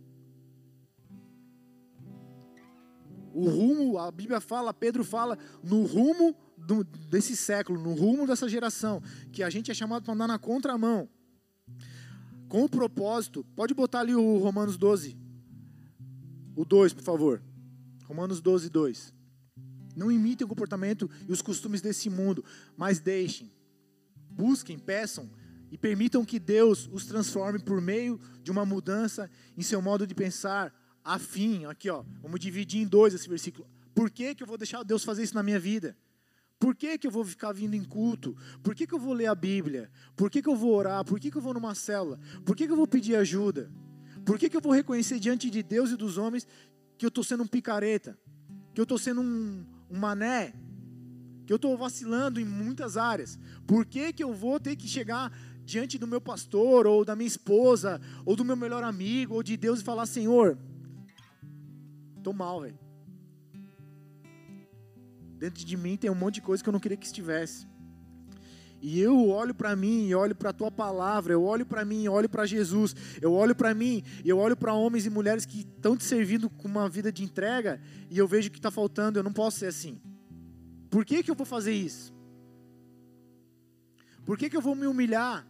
O rumo, a Bíblia fala, Pedro fala, no rumo desse século, no rumo dessa geração, que a gente é chamado para andar na contramão. Com o propósito, pode botar ali o Romanos 12, o 2, por favor. Romanos 12, 2. Não imitem o comportamento e os costumes desse mundo, mas deixem, busquem, peçam e permitam que Deus os transforme por meio de uma mudança em seu modo de pensar, a fim, aqui ó, vamos dividir em dois esse versículo. Por que eu vou deixar Deus fazer isso na minha vida? Por que eu vou ficar vindo em culto? Por que eu vou ler a Bíblia? Por que eu vou orar? Por que eu vou numa célula? Por que eu vou pedir ajuda? Por que eu vou reconhecer diante de Deus e dos homens que eu estou sendo um picareta? Que eu estou sendo um mané? Que eu estou vacilando em muitas áreas? Por que eu vou ter que chegar diante do meu pastor, ou da minha esposa, ou do meu melhor amigo, ou de Deus e falar, Senhor, estou mal, velho. Dentro de mim tem um monte de coisa que eu não queria que estivesse. E eu olho para mim, e olho para a tua palavra, eu olho para mim, eu olho para Jesus, eu olho para mim, e eu olho para homens e mulheres que estão te servindo com uma vida de entrega, e eu vejo que está faltando, eu não posso ser assim. Por que eu vou fazer isso? Por que eu vou me humilhar?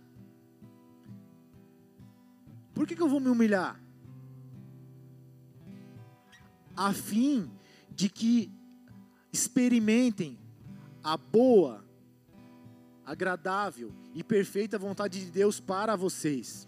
Por que eu vou me humilhar? A fim de que experimentem a boa, agradável e perfeita vontade de Deus para vocês.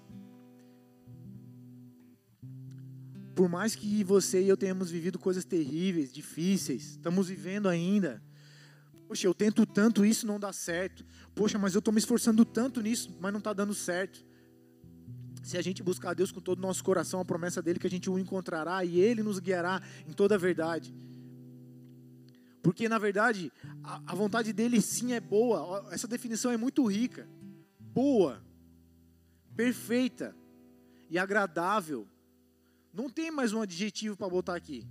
Por mais que você e eu tenhamos vivido coisas terríveis, difíceis, estamos vivendo ainda. Poxa, eu tento tanto, isso não dá certo. Poxa, mas eu estou me esforçando tanto nisso, mas não está dando certo. Se a gente buscar a Deus com todo o nosso coração, a promessa dele que a gente o encontrará e ele nos guiará em toda a verdade. Porque na verdade, a vontade dele sim é boa. Essa definição é muito rica. Boa, perfeita e agradável. Não tem mais um adjetivo para botar aqui.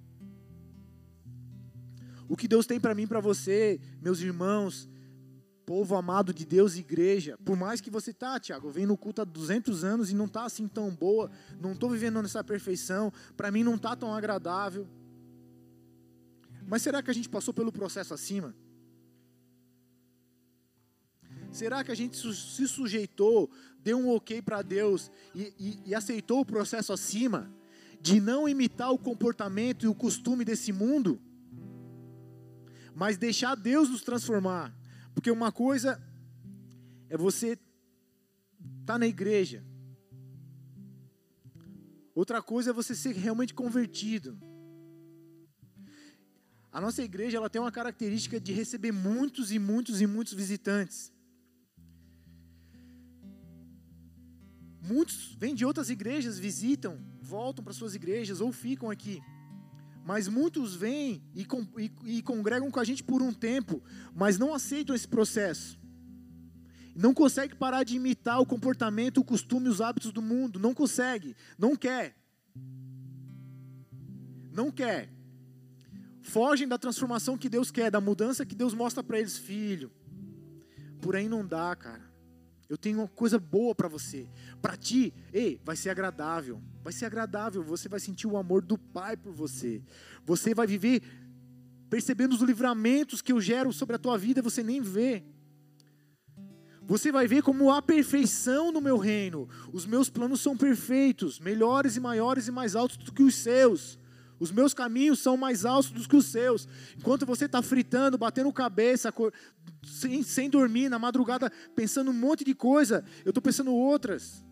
O que Deus tem para mim e para você, meus irmãos, povo amado de Deus, igreja, por mais que você Tiago, eu venho no culto há 200 anos e não está assim tão boa, não estou vivendo nessa perfeição, para mim não está tão agradável. Mas será que a gente passou pelo processo acima? Será que a gente se sujeitou, deu um ok para Deus e aceitou o processo acima de não imitar o comportamento e o costume desse mundo, mas deixar Deus nos transformar? Porque uma coisa é você estar na igreja, outra coisa é você ser realmente convertido. A nossa igreja ela tem uma característica de receber muitos e muitos e muitos visitantes. Muitos vêm de outras igrejas, visitam, voltam para suas igrejas ou ficam aqui. Mas muitos vêm e congregam com a gente por um tempo, mas não aceitam esse processo. Não consegue parar de imitar o comportamento, o costume, os hábitos do mundo. Não consegue, não quer. Não quer. Fogem da transformação que Deus quer, da mudança que Deus mostra para eles. Filho, por aí não dá, cara. Eu tenho uma coisa boa para você. Para ti, vai ser agradável. Vai ser agradável. Você vai sentir o amor do Pai por você. Você vai viver percebendo os livramentos que eu gero sobre a tua vida, você nem vê. Você vai ver como há perfeição no meu reino. Os meus planos são perfeitos, melhores e maiores e mais altos do que os seus. Os meus caminhos são mais altos do que os seus. Enquanto você está fritando, batendo cabeça, sem dormir, na madrugada, pensando um monte de coisa, eu estou pensando outras.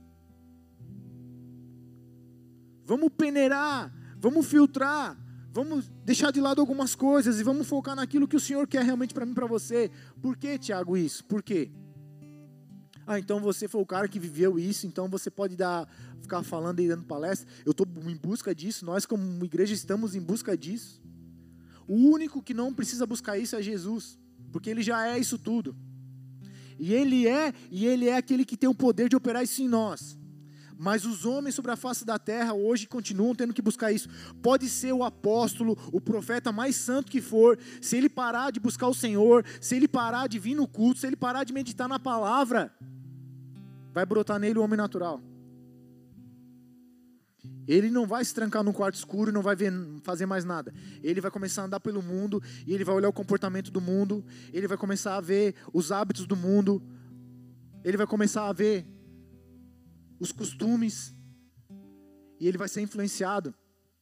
Vamos peneirar, vamos filtrar, vamos deixar de lado algumas coisas e vamos focar naquilo que o Senhor quer realmente para mim e para você. Por que, Tiago, isso? Por quê? Então você foi o cara que viveu isso, então você pode ficar falando e dando palestra. Eu estou em busca disso, nós como igreja estamos em busca disso. O único que não precisa buscar isso é Jesus, porque Ele já é isso tudo. E Ele é aquele que tem o poder de operar isso em nós. Mas os homens sobre a face da terra hoje continuam tendo que buscar isso. Pode ser o apóstolo, o profeta mais santo que for, se ele parar de buscar o Senhor, se ele parar de vir no culto, se ele parar de meditar na palavra, vai brotar nele o homem natural. Ele não vai se trancar num quarto escuro e não vai fazer mais nada. Ele vai começar a andar pelo mundo e ele vai olhar o comportamento do mundo, ele vai começar a ver os hábitos do mundo, ele vai começar a ver os costumes, e ele vai ser influenciado.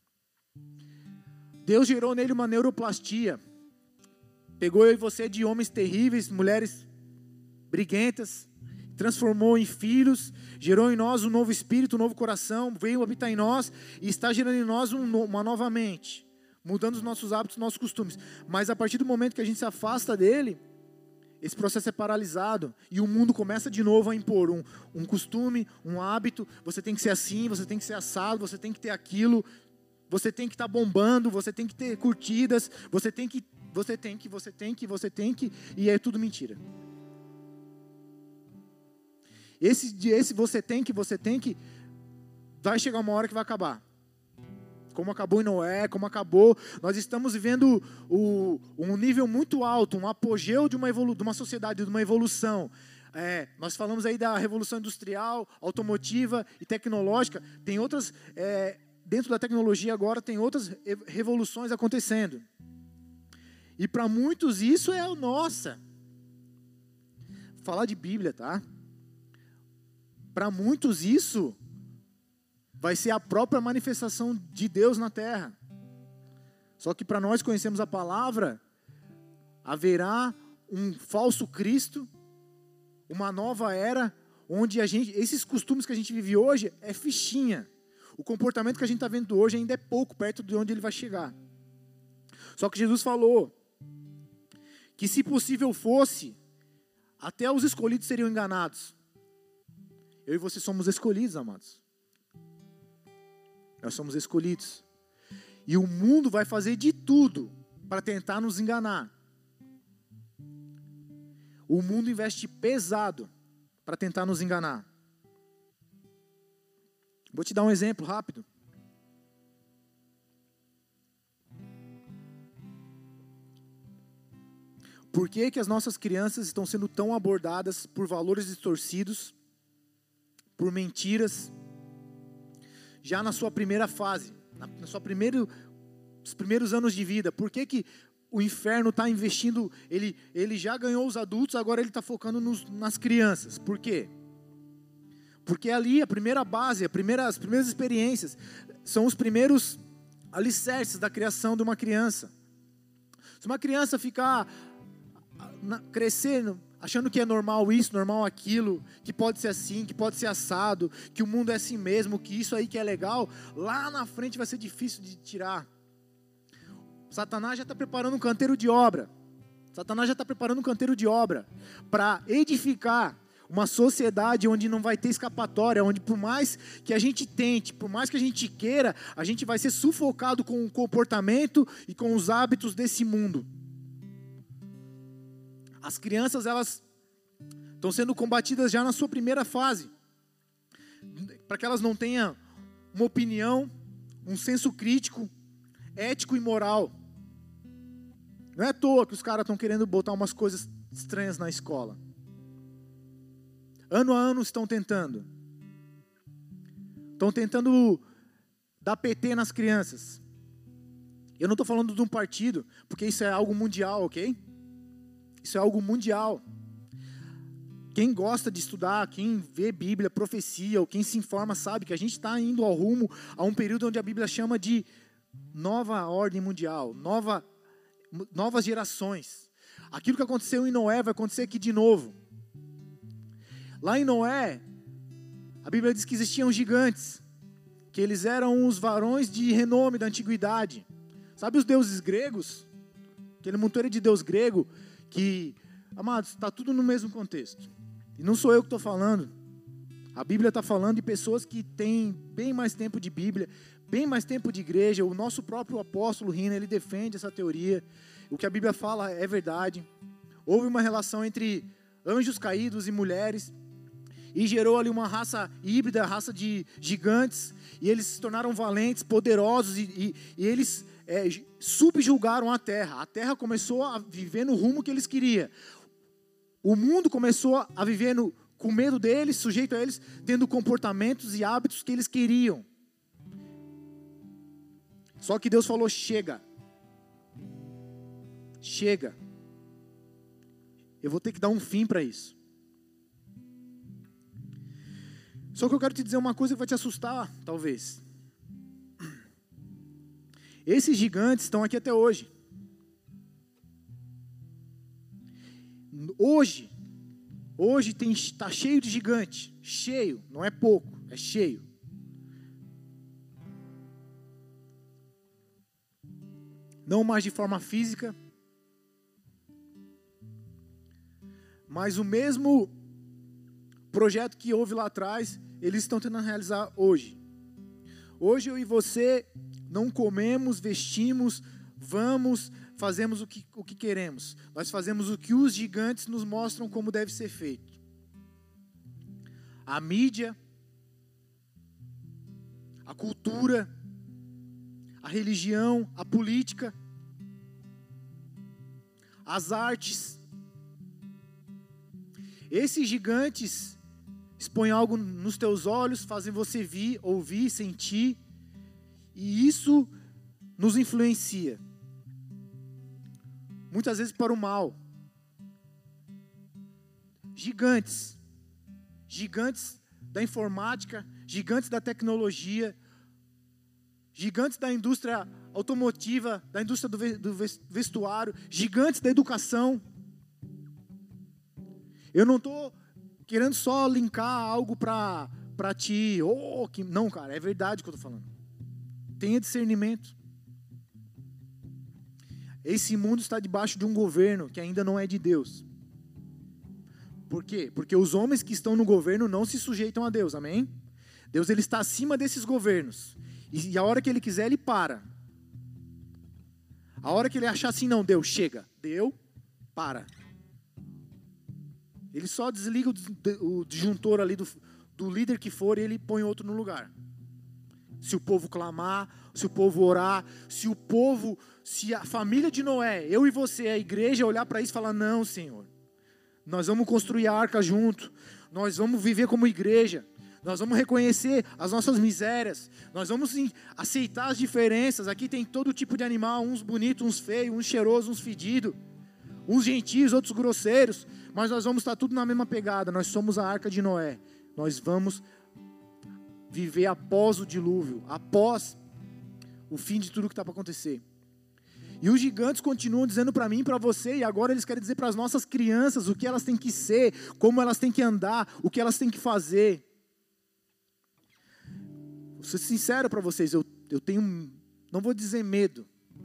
Deus gerou nele uma neuroplastia, pegou eu e você de homens terríveis, mulheres briguentas, transformou em filhos, gerou em nós um novo espírito, um novo coração, veio habitar em nós, e está gerando em nós uma nova mente, mudando os nossos hábitos, os nossos costumes. Mas a partir do momento que a gente se afasta dele, esse processo é paralisado e o mundo começa de novo a impor um costume, um hábito. Você tem que ser assim, você tem que ser assado, você tem que ter aquilo, você tem que estar bombando, você tem que ter curtidas, você tem que, e é tudo mentira. Esse você tem que, vai chegar uma hora que vai acabar. Como acabou em Noé, como acabou, nós estamos vivendo um nível muito alto, um apogeu de uma sociedade, de uma evolução. Nós falamos aí da revolução industrial, automotiva e tecnológica. Tem outras, dentro da tecnologia agora, tem outras revoluções acontecendo. E para muitos isso é nossa. Falar de Bíblia, tá? Para muitos isso vai ser a própria manifestação de Deus na terra. Só que para nós conhecemos a palavra, haverá um falso Cristo, uma nova era, onde esses costumes que a gente vive hoje é fichinha. O comportamento que a gente está vendo hoje ainda é pouco perto de onde ele vai chegar. Só que Jesus falou que se possível fosse, até os escolhidos seriam enganados. Eu e você somos escolhidos, amados. Nós somos escolhidos. E o mundo vai fazer de tudo para tentar nos enganar. O mundo investe pesado para tentar nos enganar. Vou te dar um exemplo rápido. Por que as nossas crianças estão sendo tão abordadas por valores distorcidos, por mentiras, já na sua primeira fase, os primeiros anos de vida? Por que o inferno está investindo, ele já ganhou os adultos, agora ele está focando nas crianças? Por quê? Porque ali a primeira base, as primeiras experiências, são os primeiros alicerces da criação de uma criança. Se uma criança ficar crescendo, achando que é normal isso, normal aquilo, que pode ser assim, que pode ser assado, que o mundo é assim mesmo, que isso aí que é legal, lá na frente vai ser difícil de tirar. Satanás já está preparando um canteiro de obra. Satanás já está preparando um canteiro de obra para edificar uma sociedade onde não vai ter escapatória, onde por mais que a gente tente, por mais que a gente queira, a gente vai ser sufocado com o comportamento e com os hábitos desse mundo. As crianças, elas estão sendo combatidas já na sua primeira fase, para que elas não tenham uma opinião, um senso crítico, ético e moral. Não é à toa que os caras estão querendo botar umas coisas estranhas na escola. Ano a ano estão tentando. Estão tentando dar PT nas crianças. Eu não estou falando de um partido, porque isso é algo mundial, ok? Isso é algo mundial. Quem gosta de estudar, quem vê Bíblia, profecia, ou quem se informa, sabe que a gente está indo ao rumo a um período onde a Bíblia chama de nova ordem mundial, novas gerações. Aquilo que aconteceu em Noé vai acontecer aqui de novo. Lá em Noé, a Bíblia diz que existiam gigantes, que eles eram os varões de renome da antiguidade. Sabe os deuses gregos? Aquele montoeiro de deus grego, que, amados, está tudo no mesmo contexto. E não sou eu que estou falando. A Bíblia está falando de pessoas que têm bem mais tempo de Bíblia, bem mais tempo de igreja. O nosso próprio apóstolo Rina, ele defende essa teoria. O que a Bíblia fala é verdade. Houve uma relação entre anjos caídos e mulheres, e gerou ali uma raça híbrida, raça de gigantes, e eles se tornaram valentes, poderosos, e eles subjugaram a terra. A terra começou a viver no rumo que eles queriam. O mundo começou a viver com medo deles, sujeito a eles, tendo comportamentos e hábitos que eles queriam. Só que Deus falou: chega. Chega. Eu vou ter que dar um fim para isso. Só que eu quero te dizer uma coisa que vai te assustar, talvez. Esses gigantes estão aqui até hoje. Hoje está cheio de gigante. Cheio, não é pouco, é cheio. Não mais de forma física, mas o mesmo projeto que houve lá atrás, eles estão tentando realizar hoje. Hoje eu e você não comemos, vestimos, vamos, fazemos o que queremos. Nós fazemos o que os gigantes nos mostram como deve ser feito. A mídia, a cultura, a religião, a política, as artes. Esses gigantes expõem algo nos teus olhos, fazem você ouvir, sentir, e isso nos influencia. Muitas vezes para o mal. Gigantes da informática, gigantes da tecnologia, gigantes da indústria automotiva, da indústria do vestuário, gigantes da educação. Eu não estou querendo só linkar algo para ti. Não, cara, é verdade o que eu estou falando. Tenha discernimento. Esse mundo está debaixo de um governo que ainda não é de Deus. Por quê? Porque os homens que estão no governo não se sujeitam a Deus, amém? Deus, ele está acima desses governos. E a hora que ele quiser, ele para. A hora que ele achar assim, não, Deus, chega. Deu, para. Ele só desliga o disjuntor ali do líder que for e ele põe outro no lugar. Se o povo clamar, se o povo orar, se a família de Noé, eu e você, a igreja, olhar para isso e falar: não, Senhor, nós vamos construir a arca junto, nós vamos viver como igreja, nós vamos reconhecer as nossas misérias, nós vamos aceitar as diferenças. Aqui tem todo tipo de animal, uns bonitos, uns feios, uns cheirosos, uns fedidos, uns gentios, outros grosseiros, mas nós vamos estar tudo na mesma pegada. Nós somos a arca de Noé, nós vamos viver após o dilúvio, após o fim de tudo que está para acontecer. E os gigantes continuam dizendo para mim e para você, e agora eles querem dizer para as nossas crianças o que elas têm que ser, como elas têm que andar, o que elas têm que fazer. Vou ser sincero para vocês, eu tenho, não vou dizer medo,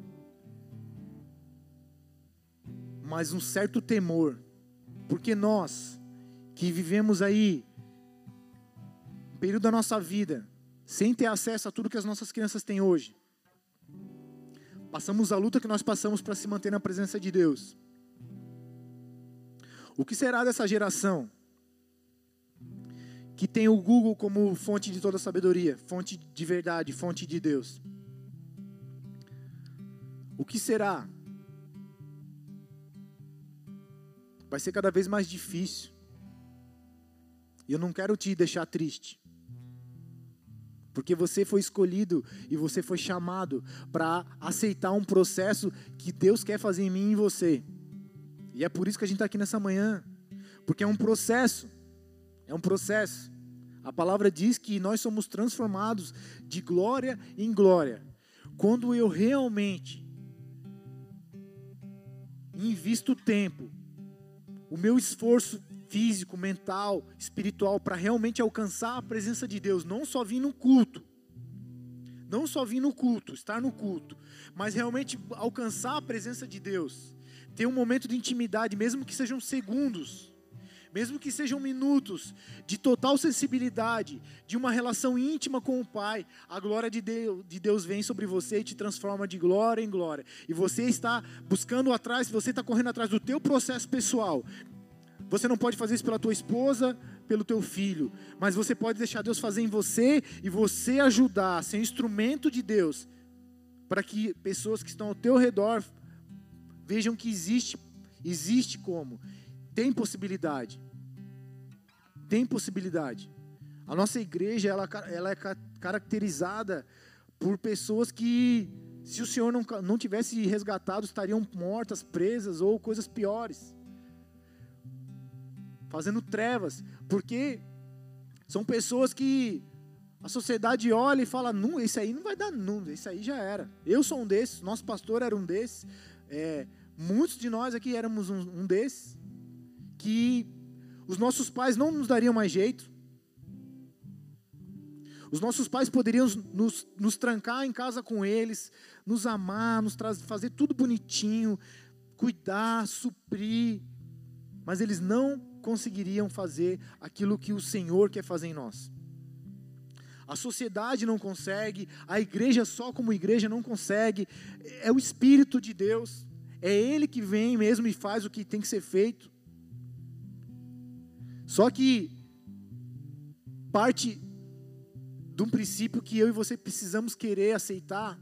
mas um certo temor, porque nós que vivemos aí um período da nossa vida sem ter acesso a tudo que as nossas crianças têm hoje, passamos a luta que nós passamos para se manter na presença de Deus. O que será dessa geração que tem o Google como fonte de toda sabedoria, fonte de verdade, fonte de Deus? O que será? Vai ser cada vez mais difícil. E eu não quero te deixar triste. Porque você foi escolhido e você foi chamado para aceitar um processo que Deus quer fazer em mim e em você. E é por isso que a gente está aqui nessa manhã. Porque é um processo. É um processo. A palavra diz que nós somos transformados de glória em glória. Quando eu realmente invisto tempo, o meu esforço físico, mental, espiritual, para realmente alcançar a presença de Deus, não só vir no culto, estar no culto, mas realmente alcançar a presença de Deus, ter um momento de intimidade, mesmo que sejam segundos, mesmo que sejam minutos, de total sensibilidade, de uma relação íntima com o Pai, a glória de Deus vem sobre você e te transforma de glória em glória, e você está buscando atrás, você está correndo atrás do teu processo pessoal. Você não pode fazer isso pela tua esposa, pelo teu filho, mas você pode deixar Deus fazer em você e você ajudar, ser instrumento de Deus, para que pessoas que estão ao teu redor vejam que existe como, tem possibilidade. A nossa igreja ela é caracterizada por pessoas que, se o Senhor não tivesse resgatado, estariam mortas, presas ou coisas piores. Fazendo trevas, porque são pessoas que a sociedade olha e fala, não, esse aí não vai dar, não, esse aí já era. Eu sou um desses, nosso pastor era um desses, muitos de nós aqui éramos um desses, que os nossos pais não nos dariam mais jeito. Os nossos pais poderiam nos trancar em casa com eles, nos amar, fazer tudo bonitinho, cuidar, suprir, mas eles não conseguiriam fazer aquilo que o Senhor quer fazer em nós. A sociedade não consegue, a igreja só como igreja não consegue, é o Espírito de Deus, é Ele que vem mesmo e faz o que tem que ser feito. Só que parte de um princípio que eu e você precisamos querer aceitar,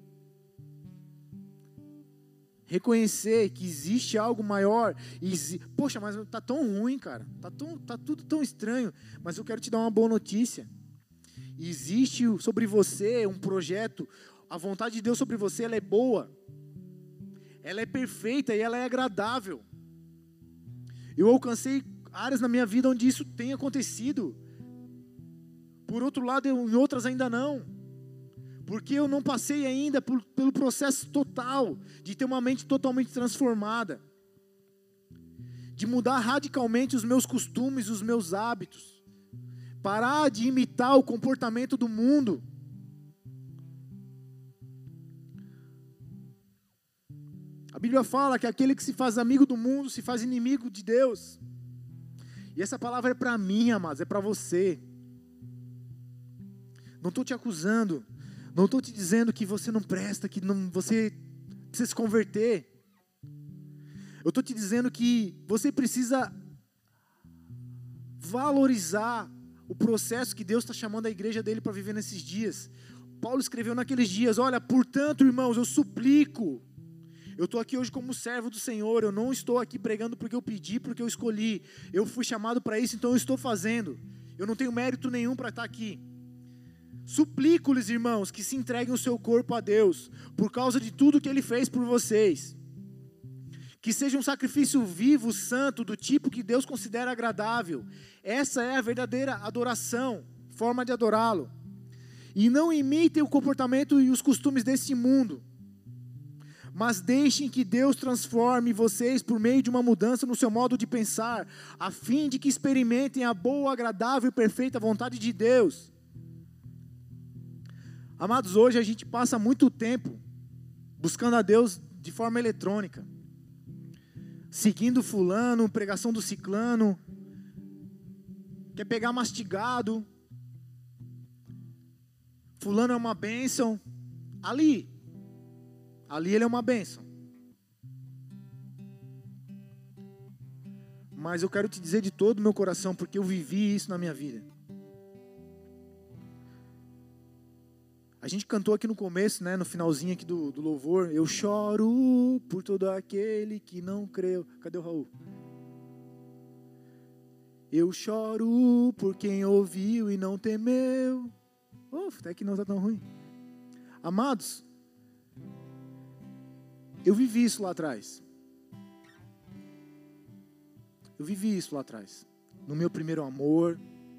reconhecer que existe algo maior. Poxa, mas está tão ruim, cara. Tá tudo tão estranho. Mas eu quero te dar uma boa notícia. Existe sobre você um projeto. A vontade de Deus sobre você, ela é boa. Ela é perfeita e ela é agradável. Eu alcancei áreas na minha vida onde isso tem acontecido. Por outro lado, em outras ainda não. Porque eu não passei ainda pelo processo total de ter uma mente totalmente transformada, de mudar radicalmente os meus costumes, os meus hábitos, parar de imitar o comportamento do mundo. A Bíblia fala que aquele que se faz amigo do mundo se faz inimigo de Deus. E essa palavra é para mim, amados, é para você. Não estou te acusando. Não estou te dizendo que você não presta, que você precisa se converter. Eu estou te dizendo que você precisa valorizar o processo que Deus está chamando a igreja dele para viver nesses dias. Paulo escreveu naqueles dias, olha, portanto, irmãos, eu suplico. Eu estou aqui hoje como servo do Senhor, eu não estou aqui pregando porque eu pedi, porque eu escolhi. Eu fui chamado para isso, então eu estou fazendo. Eu não tenho mérito nenhum para estar aqui. Suplico-lhes, irmãos, que se entreguem o seu corpo a Deus, por causa de tudo que Ele fez por vocês. Que seja um sacrifício vivo, santo, do tipo que Deus considera agradável. Essa é a verdadeira adoração, forma de adorá-lo. E não imitem o comportamento e os costumes deste mundo, mas deixem que Deus transforme vocês por meio de uma mudança no seu modo de pensar, a fim de que experimentem a boa, agradável e perfeita vontade de Deus. Amados, hoje a gente passa muito tempo buscando a Deus de forma eletrônica, seguindo fulano, pregação do ciclano, quer pegar mastigado, fulano é uma bênção, ali ele é uma bênção. Mas eu quero te dizer de todo o meu coração, porque eu vivi isso na minha vida. A gente cantou aqui no começo, né, no finalzinho aqui do louvor, eu choro por todo aquele que não creu. Cadê o Raul? Eu choro por quem ouviu e não temeu. Até que não está tão ruim. Amados, eu vivi isso lá atrás. Eu vivi isso lá atrás. No meu primeiro amor,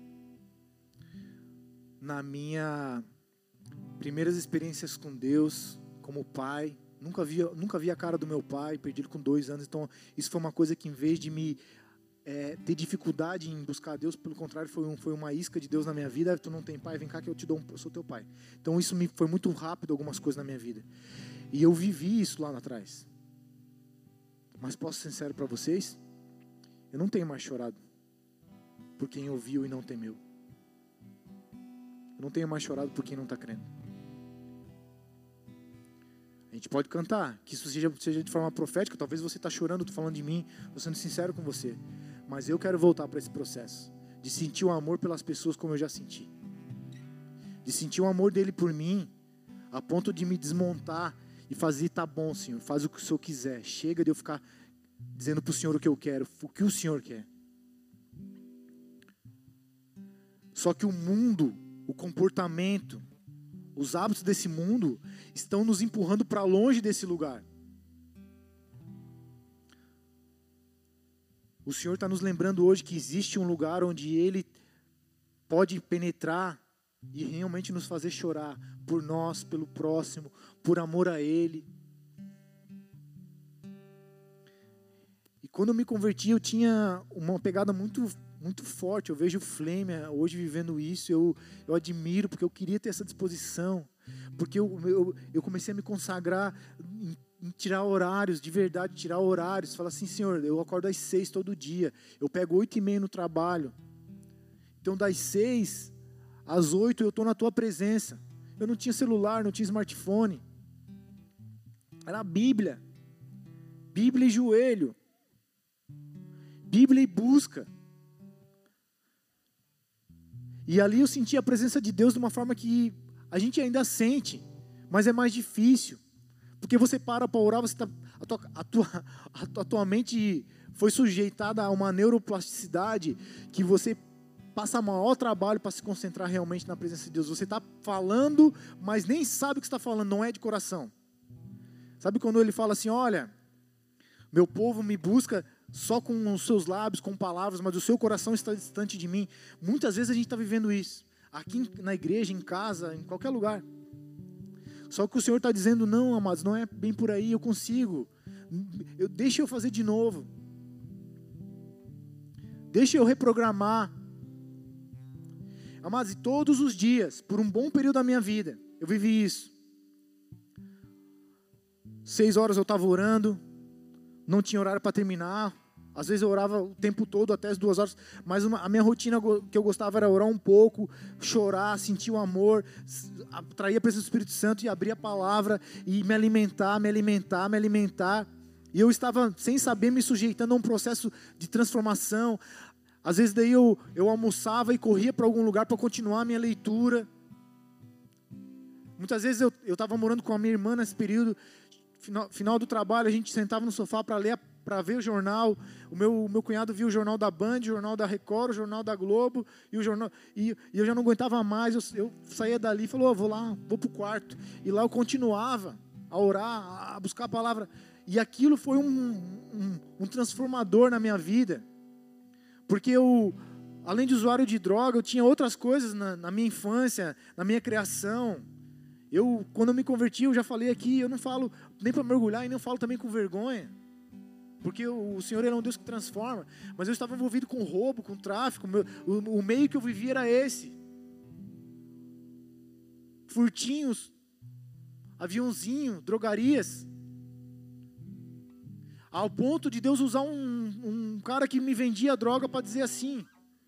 na minha primeiras experiências com Deus, como pai. Nunca vi a cara do meu pai, perdi ele com 2 anos. Então, isso foi uma coisa que, em vez de me ter dificuldade em buscar Deus, pelo contrário, foi uma isca de Deus na minha vida. Tu não tem pai, vem cá que eu te dou eu sou teu pai. Então, isso foi muito rápido, algumas coisas na minha vida. E eu vivi isso lá atrás. Mas posso ser sincero para vocês? Eu não tenho mais chorado por quem ouviu e não temeu. Eu não tenho mais chorado por quem não está crendo. A gente pode cantar, que isso seja de forma profética. Talvez você está chorando, estou falando de mim, estou sendo sincero com você. Mas eu quero voltar para esse processo, de sentir o amor pelas pessoas como eu já senti. De sentir o amor dele por mim, a ponto de me desmontar e fazer, tá bom, Senhor, faz o que o Senhor quiser. Chega de eu ficar dizendo para o Senhor o que eu quero, o que o Senhor quer. Só que o mundo, o comportamento, os hábitos desse mundo estão nos empurrando para longe desse lugar. O Senhor está nos lembrando hoje que existe um lugar onde Ele pode penetrar e realmente nos fazer chorar por nós, pelo próximo, por amor a Ele. E quando eu me converti, eu tinha uma pegada muito forte. Eu vejo o Flame hoje vivendo isso. Eu admiro, porque eu queria ter essa disposição. Porque eu comecei a me consagrar em tirar horários, de verdade, tirar horários. Falar assim, Senhor, eu acordo às 6 todo dia. Eu pego 8:30 no trabalho. Então, das 6 às 8 eu estou na tua presença. Eu não tinha celular, não tinha smartphone. Era a Bíblia. Bíblia e joelho. Bíblia e busca. E ali eu senti a presença de Deus de uma forma que a gente ainda sente, mas é mais difícil. Porque você para orar, a tua mente foi sujeitada a uma neuroplasticidade que você passa maior trabalho para se concentrar realmente na presença de Deus. Você está falando, mas nem sabe o que está falando, não é de coração. Sabe quando ele fala assim, olha, meu povo me busca só com os seus lábios, com palavras, mas o seu coração está distante de mim. Muitas vezes a gente está vivendo isso. Aqui na igreja, em casa, em qualquer lugar. Só que o Senhor está dizendo, não, amados, não é bem por aí, eu consigo. Deixa eu fazer de novo. Deixa eu reprogramar. Amados, e todos os dias, por um bom período da minha vida, eu vivi isso. 6 horas eu estava orando, não tinha horário para terminar. Às vezes eu orava o tempo todo, até as 2 horas. Mas a minha rotina que eu gostava era orar um pouco, chorar, sentir o amor, atrair a presença do Espírito Santo e abrir a palavra e me alimentar. E eu estava, sem saber, me sujeitando a um processo de transformação. Às vezes daí eu almoçava e corria para algum lugar para continuar a minha leitura. Muitas vezes eu estava morando com a minha irmã nesse período. Final do trabalho, a gente sentava no sofá para ler, para ver o jornal. O meu cunhado via o jornal da Band, o jornal da Record, o jornal da Globo, e eu já não aguentava mais. Eu saía dali e falei, vou lá, vou para o quarto. E lá eu continuava a orar, a buscar a palavra. E aquilo foi um transformador na minha vida. Porque eu, além de usuário de droga, eu tinha outras coisas na minha infância, na minha criação. Quando eu me converti, eu já falei aqui, eu não falo nem para mergulhar e nem falo também com vergonha. Porque o Senhor é um Deus que transforma. Mas eu estava envolvido com roubo, com tráfico. O meio que eu vivia era esse. Furtinhos, aviãozinho, drogarias. Ao ponto de Deus usar um cara que me vendia droga para dizer assim,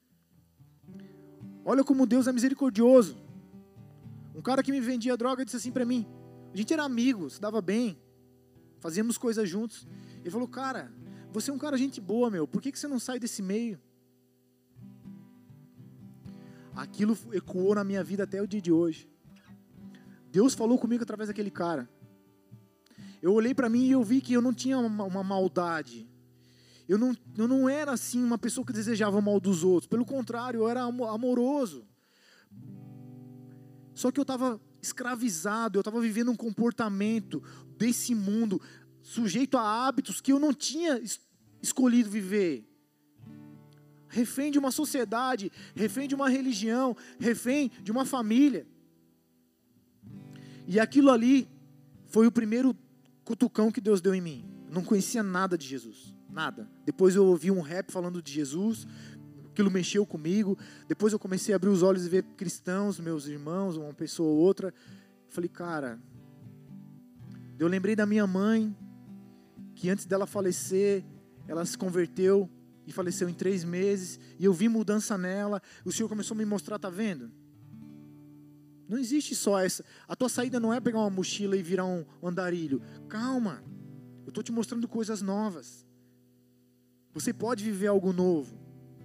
olha como Deus é misericordioso. Um cara que me vendia droga disse assim para mim, a gente era amigo, se dava bem, fazíamos coisas juntos. Ele falou, cara, você é um cara gente boa, meu, por que você não sai desse meio? Aquilo ecoou na minha vida até o dia de hoje. Deus falou comigo através daquele cara. Eu olhei para mim e eu vi que eu não tinha uma maldade. Eu não era assim uma pessoa que desejava o mal dos outros. Pelo contrário, eu era amoroso. Só que eu estava escravizado, eu estava vivendo um comportamento desse mundo, sujeito a hábitos que eu não tinha escolhido viver. Refém de uma sociedade, refém de uma religião, refém de uma família. E aquilo ali foi o primeiro cutucão que Deus deu em mim. Eu não conhecia nada de Jesus, nada. Depois eu ouvi um rap falando de Jesus, aquilo mexeu comigo. Depois eu comecei a abrir os olhos e ver cristãos, meus irmãos, uma pessoa ou outra. Falei, cara, eu lembrei da minha mãe, que antes dela falecer, ela se converteu e faleceu em 3 meses, e eu vi mudança nela. O Senhor começou a me mostrar, tá vendo? Não existe só essa. A tua saída não é pegar uma mochila e virar um andarilho. Calma, eu estou te mostrando coisas novas. Você pode viver algo novo.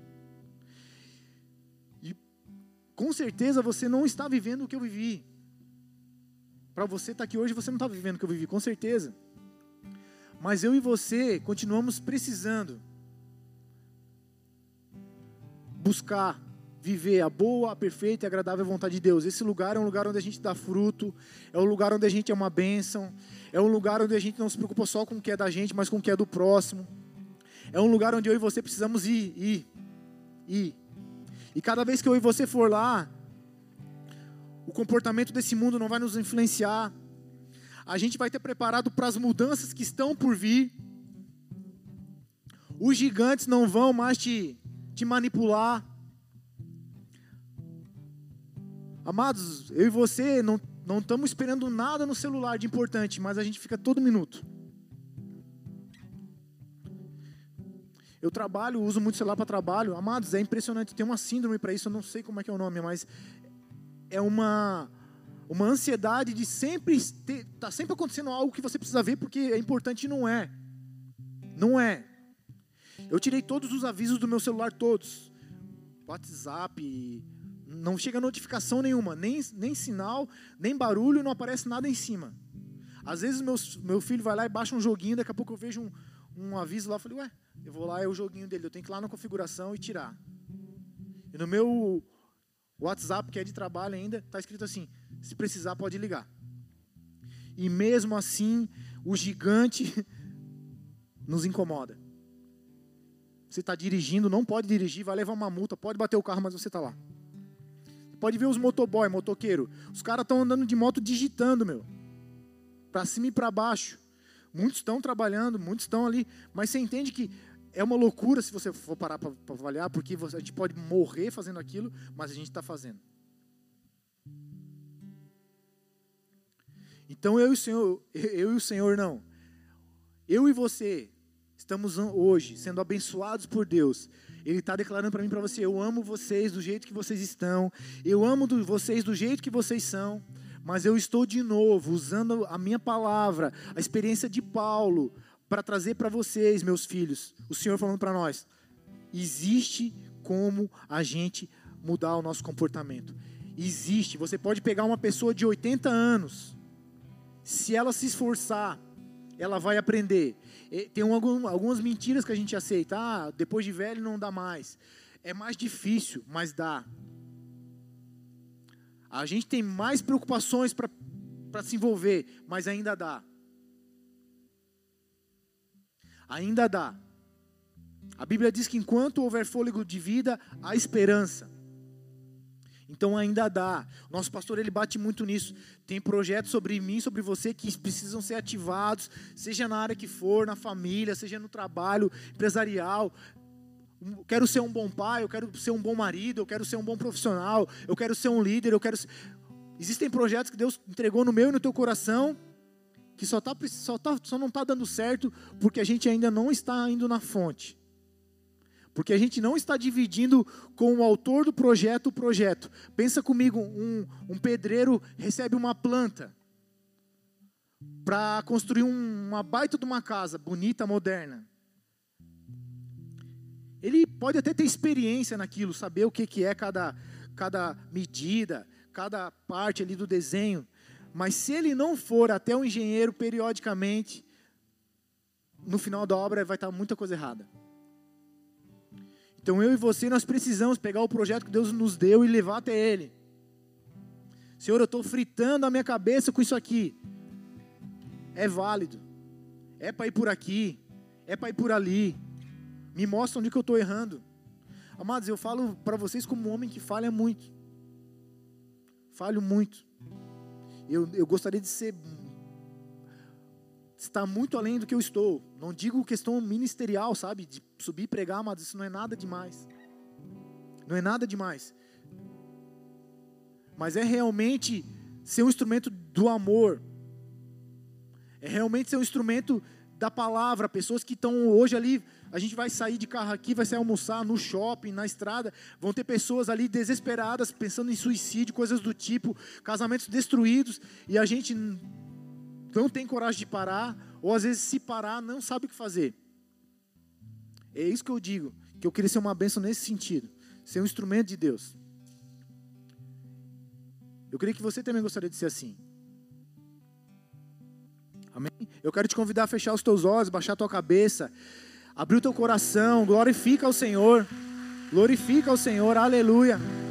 E com certeza você não está vivendo o que eu vivi. Para você estar aqui hoje, você não está vivendo o que eu vivi, com certeza. Mas eu e você continuamos precisando buscar viver a boa, a perfeita e agradável vontade de Deus. Esse lugar é um lugar onde a gente dá fruto, é um lugar onde a gente é uma bênção, é um lugar onde a gente não se preocupa só com o que é da gente, mas com o que é do próximo. É um lugar onde eu e você precisamos ir. E cada vez que eu e você for lá, o comportamento desse mundo não vai nos influenciar. A gente vai ter preparado para as mudanças que estão por vir. Os gigantes não vão mais te manipular. Amados, eu e você não estamos esperando nada no celular de importante, mas a gente fica todo minuto. Eu trabalho, uso muito celular para trabalho. Amados, é impressionante, tem uma síndrome para isso, eu não sei como é que é o nome, mas é uma ansiedade de tá sempre acontecendo algo que você precisa ver porque é importante e não é. Não é. Eu tirei todos os avisos do meu celular, todos. WhatsApp, não chega notificação nenhuma, nem sinal, nem barulho, não aparece nada em cima. Às vezes meu filho vai lá e baixa um joguinho, daqui a pouco eu vejo um aviso lá, eu falei, ué, eu vou lá, é o joguinho dele, eu tenho que ir lá na configuração e tirar. E no meu WhatsApp, que é de trabalho ainda, está escrito assim, se precisar pode ligar. E mesmo assim, o gigante nos incomoda. Você está dirigindo, não pode dirigir, vai levar uma multa, pode bater o carro, mas você está lá. Pode ver os motoqueiro. Os caras estão andando de moto digitando, para cima e para baixo. Muitos estão trabalhando, muitos estão ali, mas você entende que é uma loucura se você for parar para avaliar, porque a gente pode morrer fazendo aquilo, mas a gente está fazendo. Então eu e o Senhor não. Eu e você estamos hoje sendo abençoados por Deus. Ele está declarando para mim e para você, eu amo vocês do jeito que vocês estão, eu amo vocês do jeito que vocês são, mas eu estou de novo usando a minha palavra, a experiência de Paulo, para trazer para vocês, meus filhos, o Senhor falando para nós, existe como a gente mudar o nosso comportamento. Existe, você pode pegar uma pessoa de 80 anos, se ela se esforçar, ela vai aprender. Tem algumas mentiras que a gente aceita, depois de velho não dá mais. É mais difícil, mas dá. A gente tem mais preocupações para se envolver, mas ainda dá. Ainda dá. A Bíblia diz que enquanto houver fôlego de vida, há esperança. Então ainda dá. Nosso pastor, ele bate muito nisso. Tem projetos sobre mim, sobre você, que precisam ser ativados, seja na área que for, na família, seja no trabalho empresarial. Eu quero ser um bom pai, eu quero ser um bom marido, eu quero ser um bom profissional, eu quero ser um líder, Existem projetos que Deus entregou no meu e no teu coração, que só não está dando certo, porque a gente ainda não está indo na fonte. Porque a gente não está dividindo com o autor do projeto o projeto. Pensa comigo, um pedreiro recebe uma planta para construir uma baita de uma casa, bonita, moderna. Ele pode até ter experiência naquilo, saber o que é cada medida, cada parte ali do desenho. Mas se ele não for até o engenheiro periodicamente, no final da obra vai estar muita coisa errada. Então eu e você, nós precisamos pegar o projeto que Deus nos deu e levar até Ele. Senhor, eu estou fritando a minha cabeça com isso aqui. É válido. É para ir por aqui. É para ir por ali. Me mostra onde que eu estou errando. Amados, eu falo para vocês como um homem que falha muito. Falho muito. Eu gostaria de estar muito além do que eu estou. Não digo questão ministerial, sabe? De subir e pregar, mas isso não é nada demais. Não é nada demais. Mas é realmente ser um instrumento do amor. É realmente ser um instrumento da palavra. Pessoas que estão hoje ali, a gente vai sair de carro aqui, vai sair almoçar no shopping, na estrada. Vão ter pessoas ali desesperadas, pensando em suicídio, coisas do tipo, casamentos destruídos. E a gente não tem coragem de parar, ou às vezes se parar, não sabe o que fazer. É isso que eu digo, que eu queria ser uma bênção nesse sentido. Ser um instrumento de Deus. Eu creio que você também gostaria de ser assim. Amém? Eu quero te convidar a fechar os teus olhos, baixar a tua cabeça, abrir o teu coração, glorifica ao Senhor. Glorifica ao Senhor, aleluia.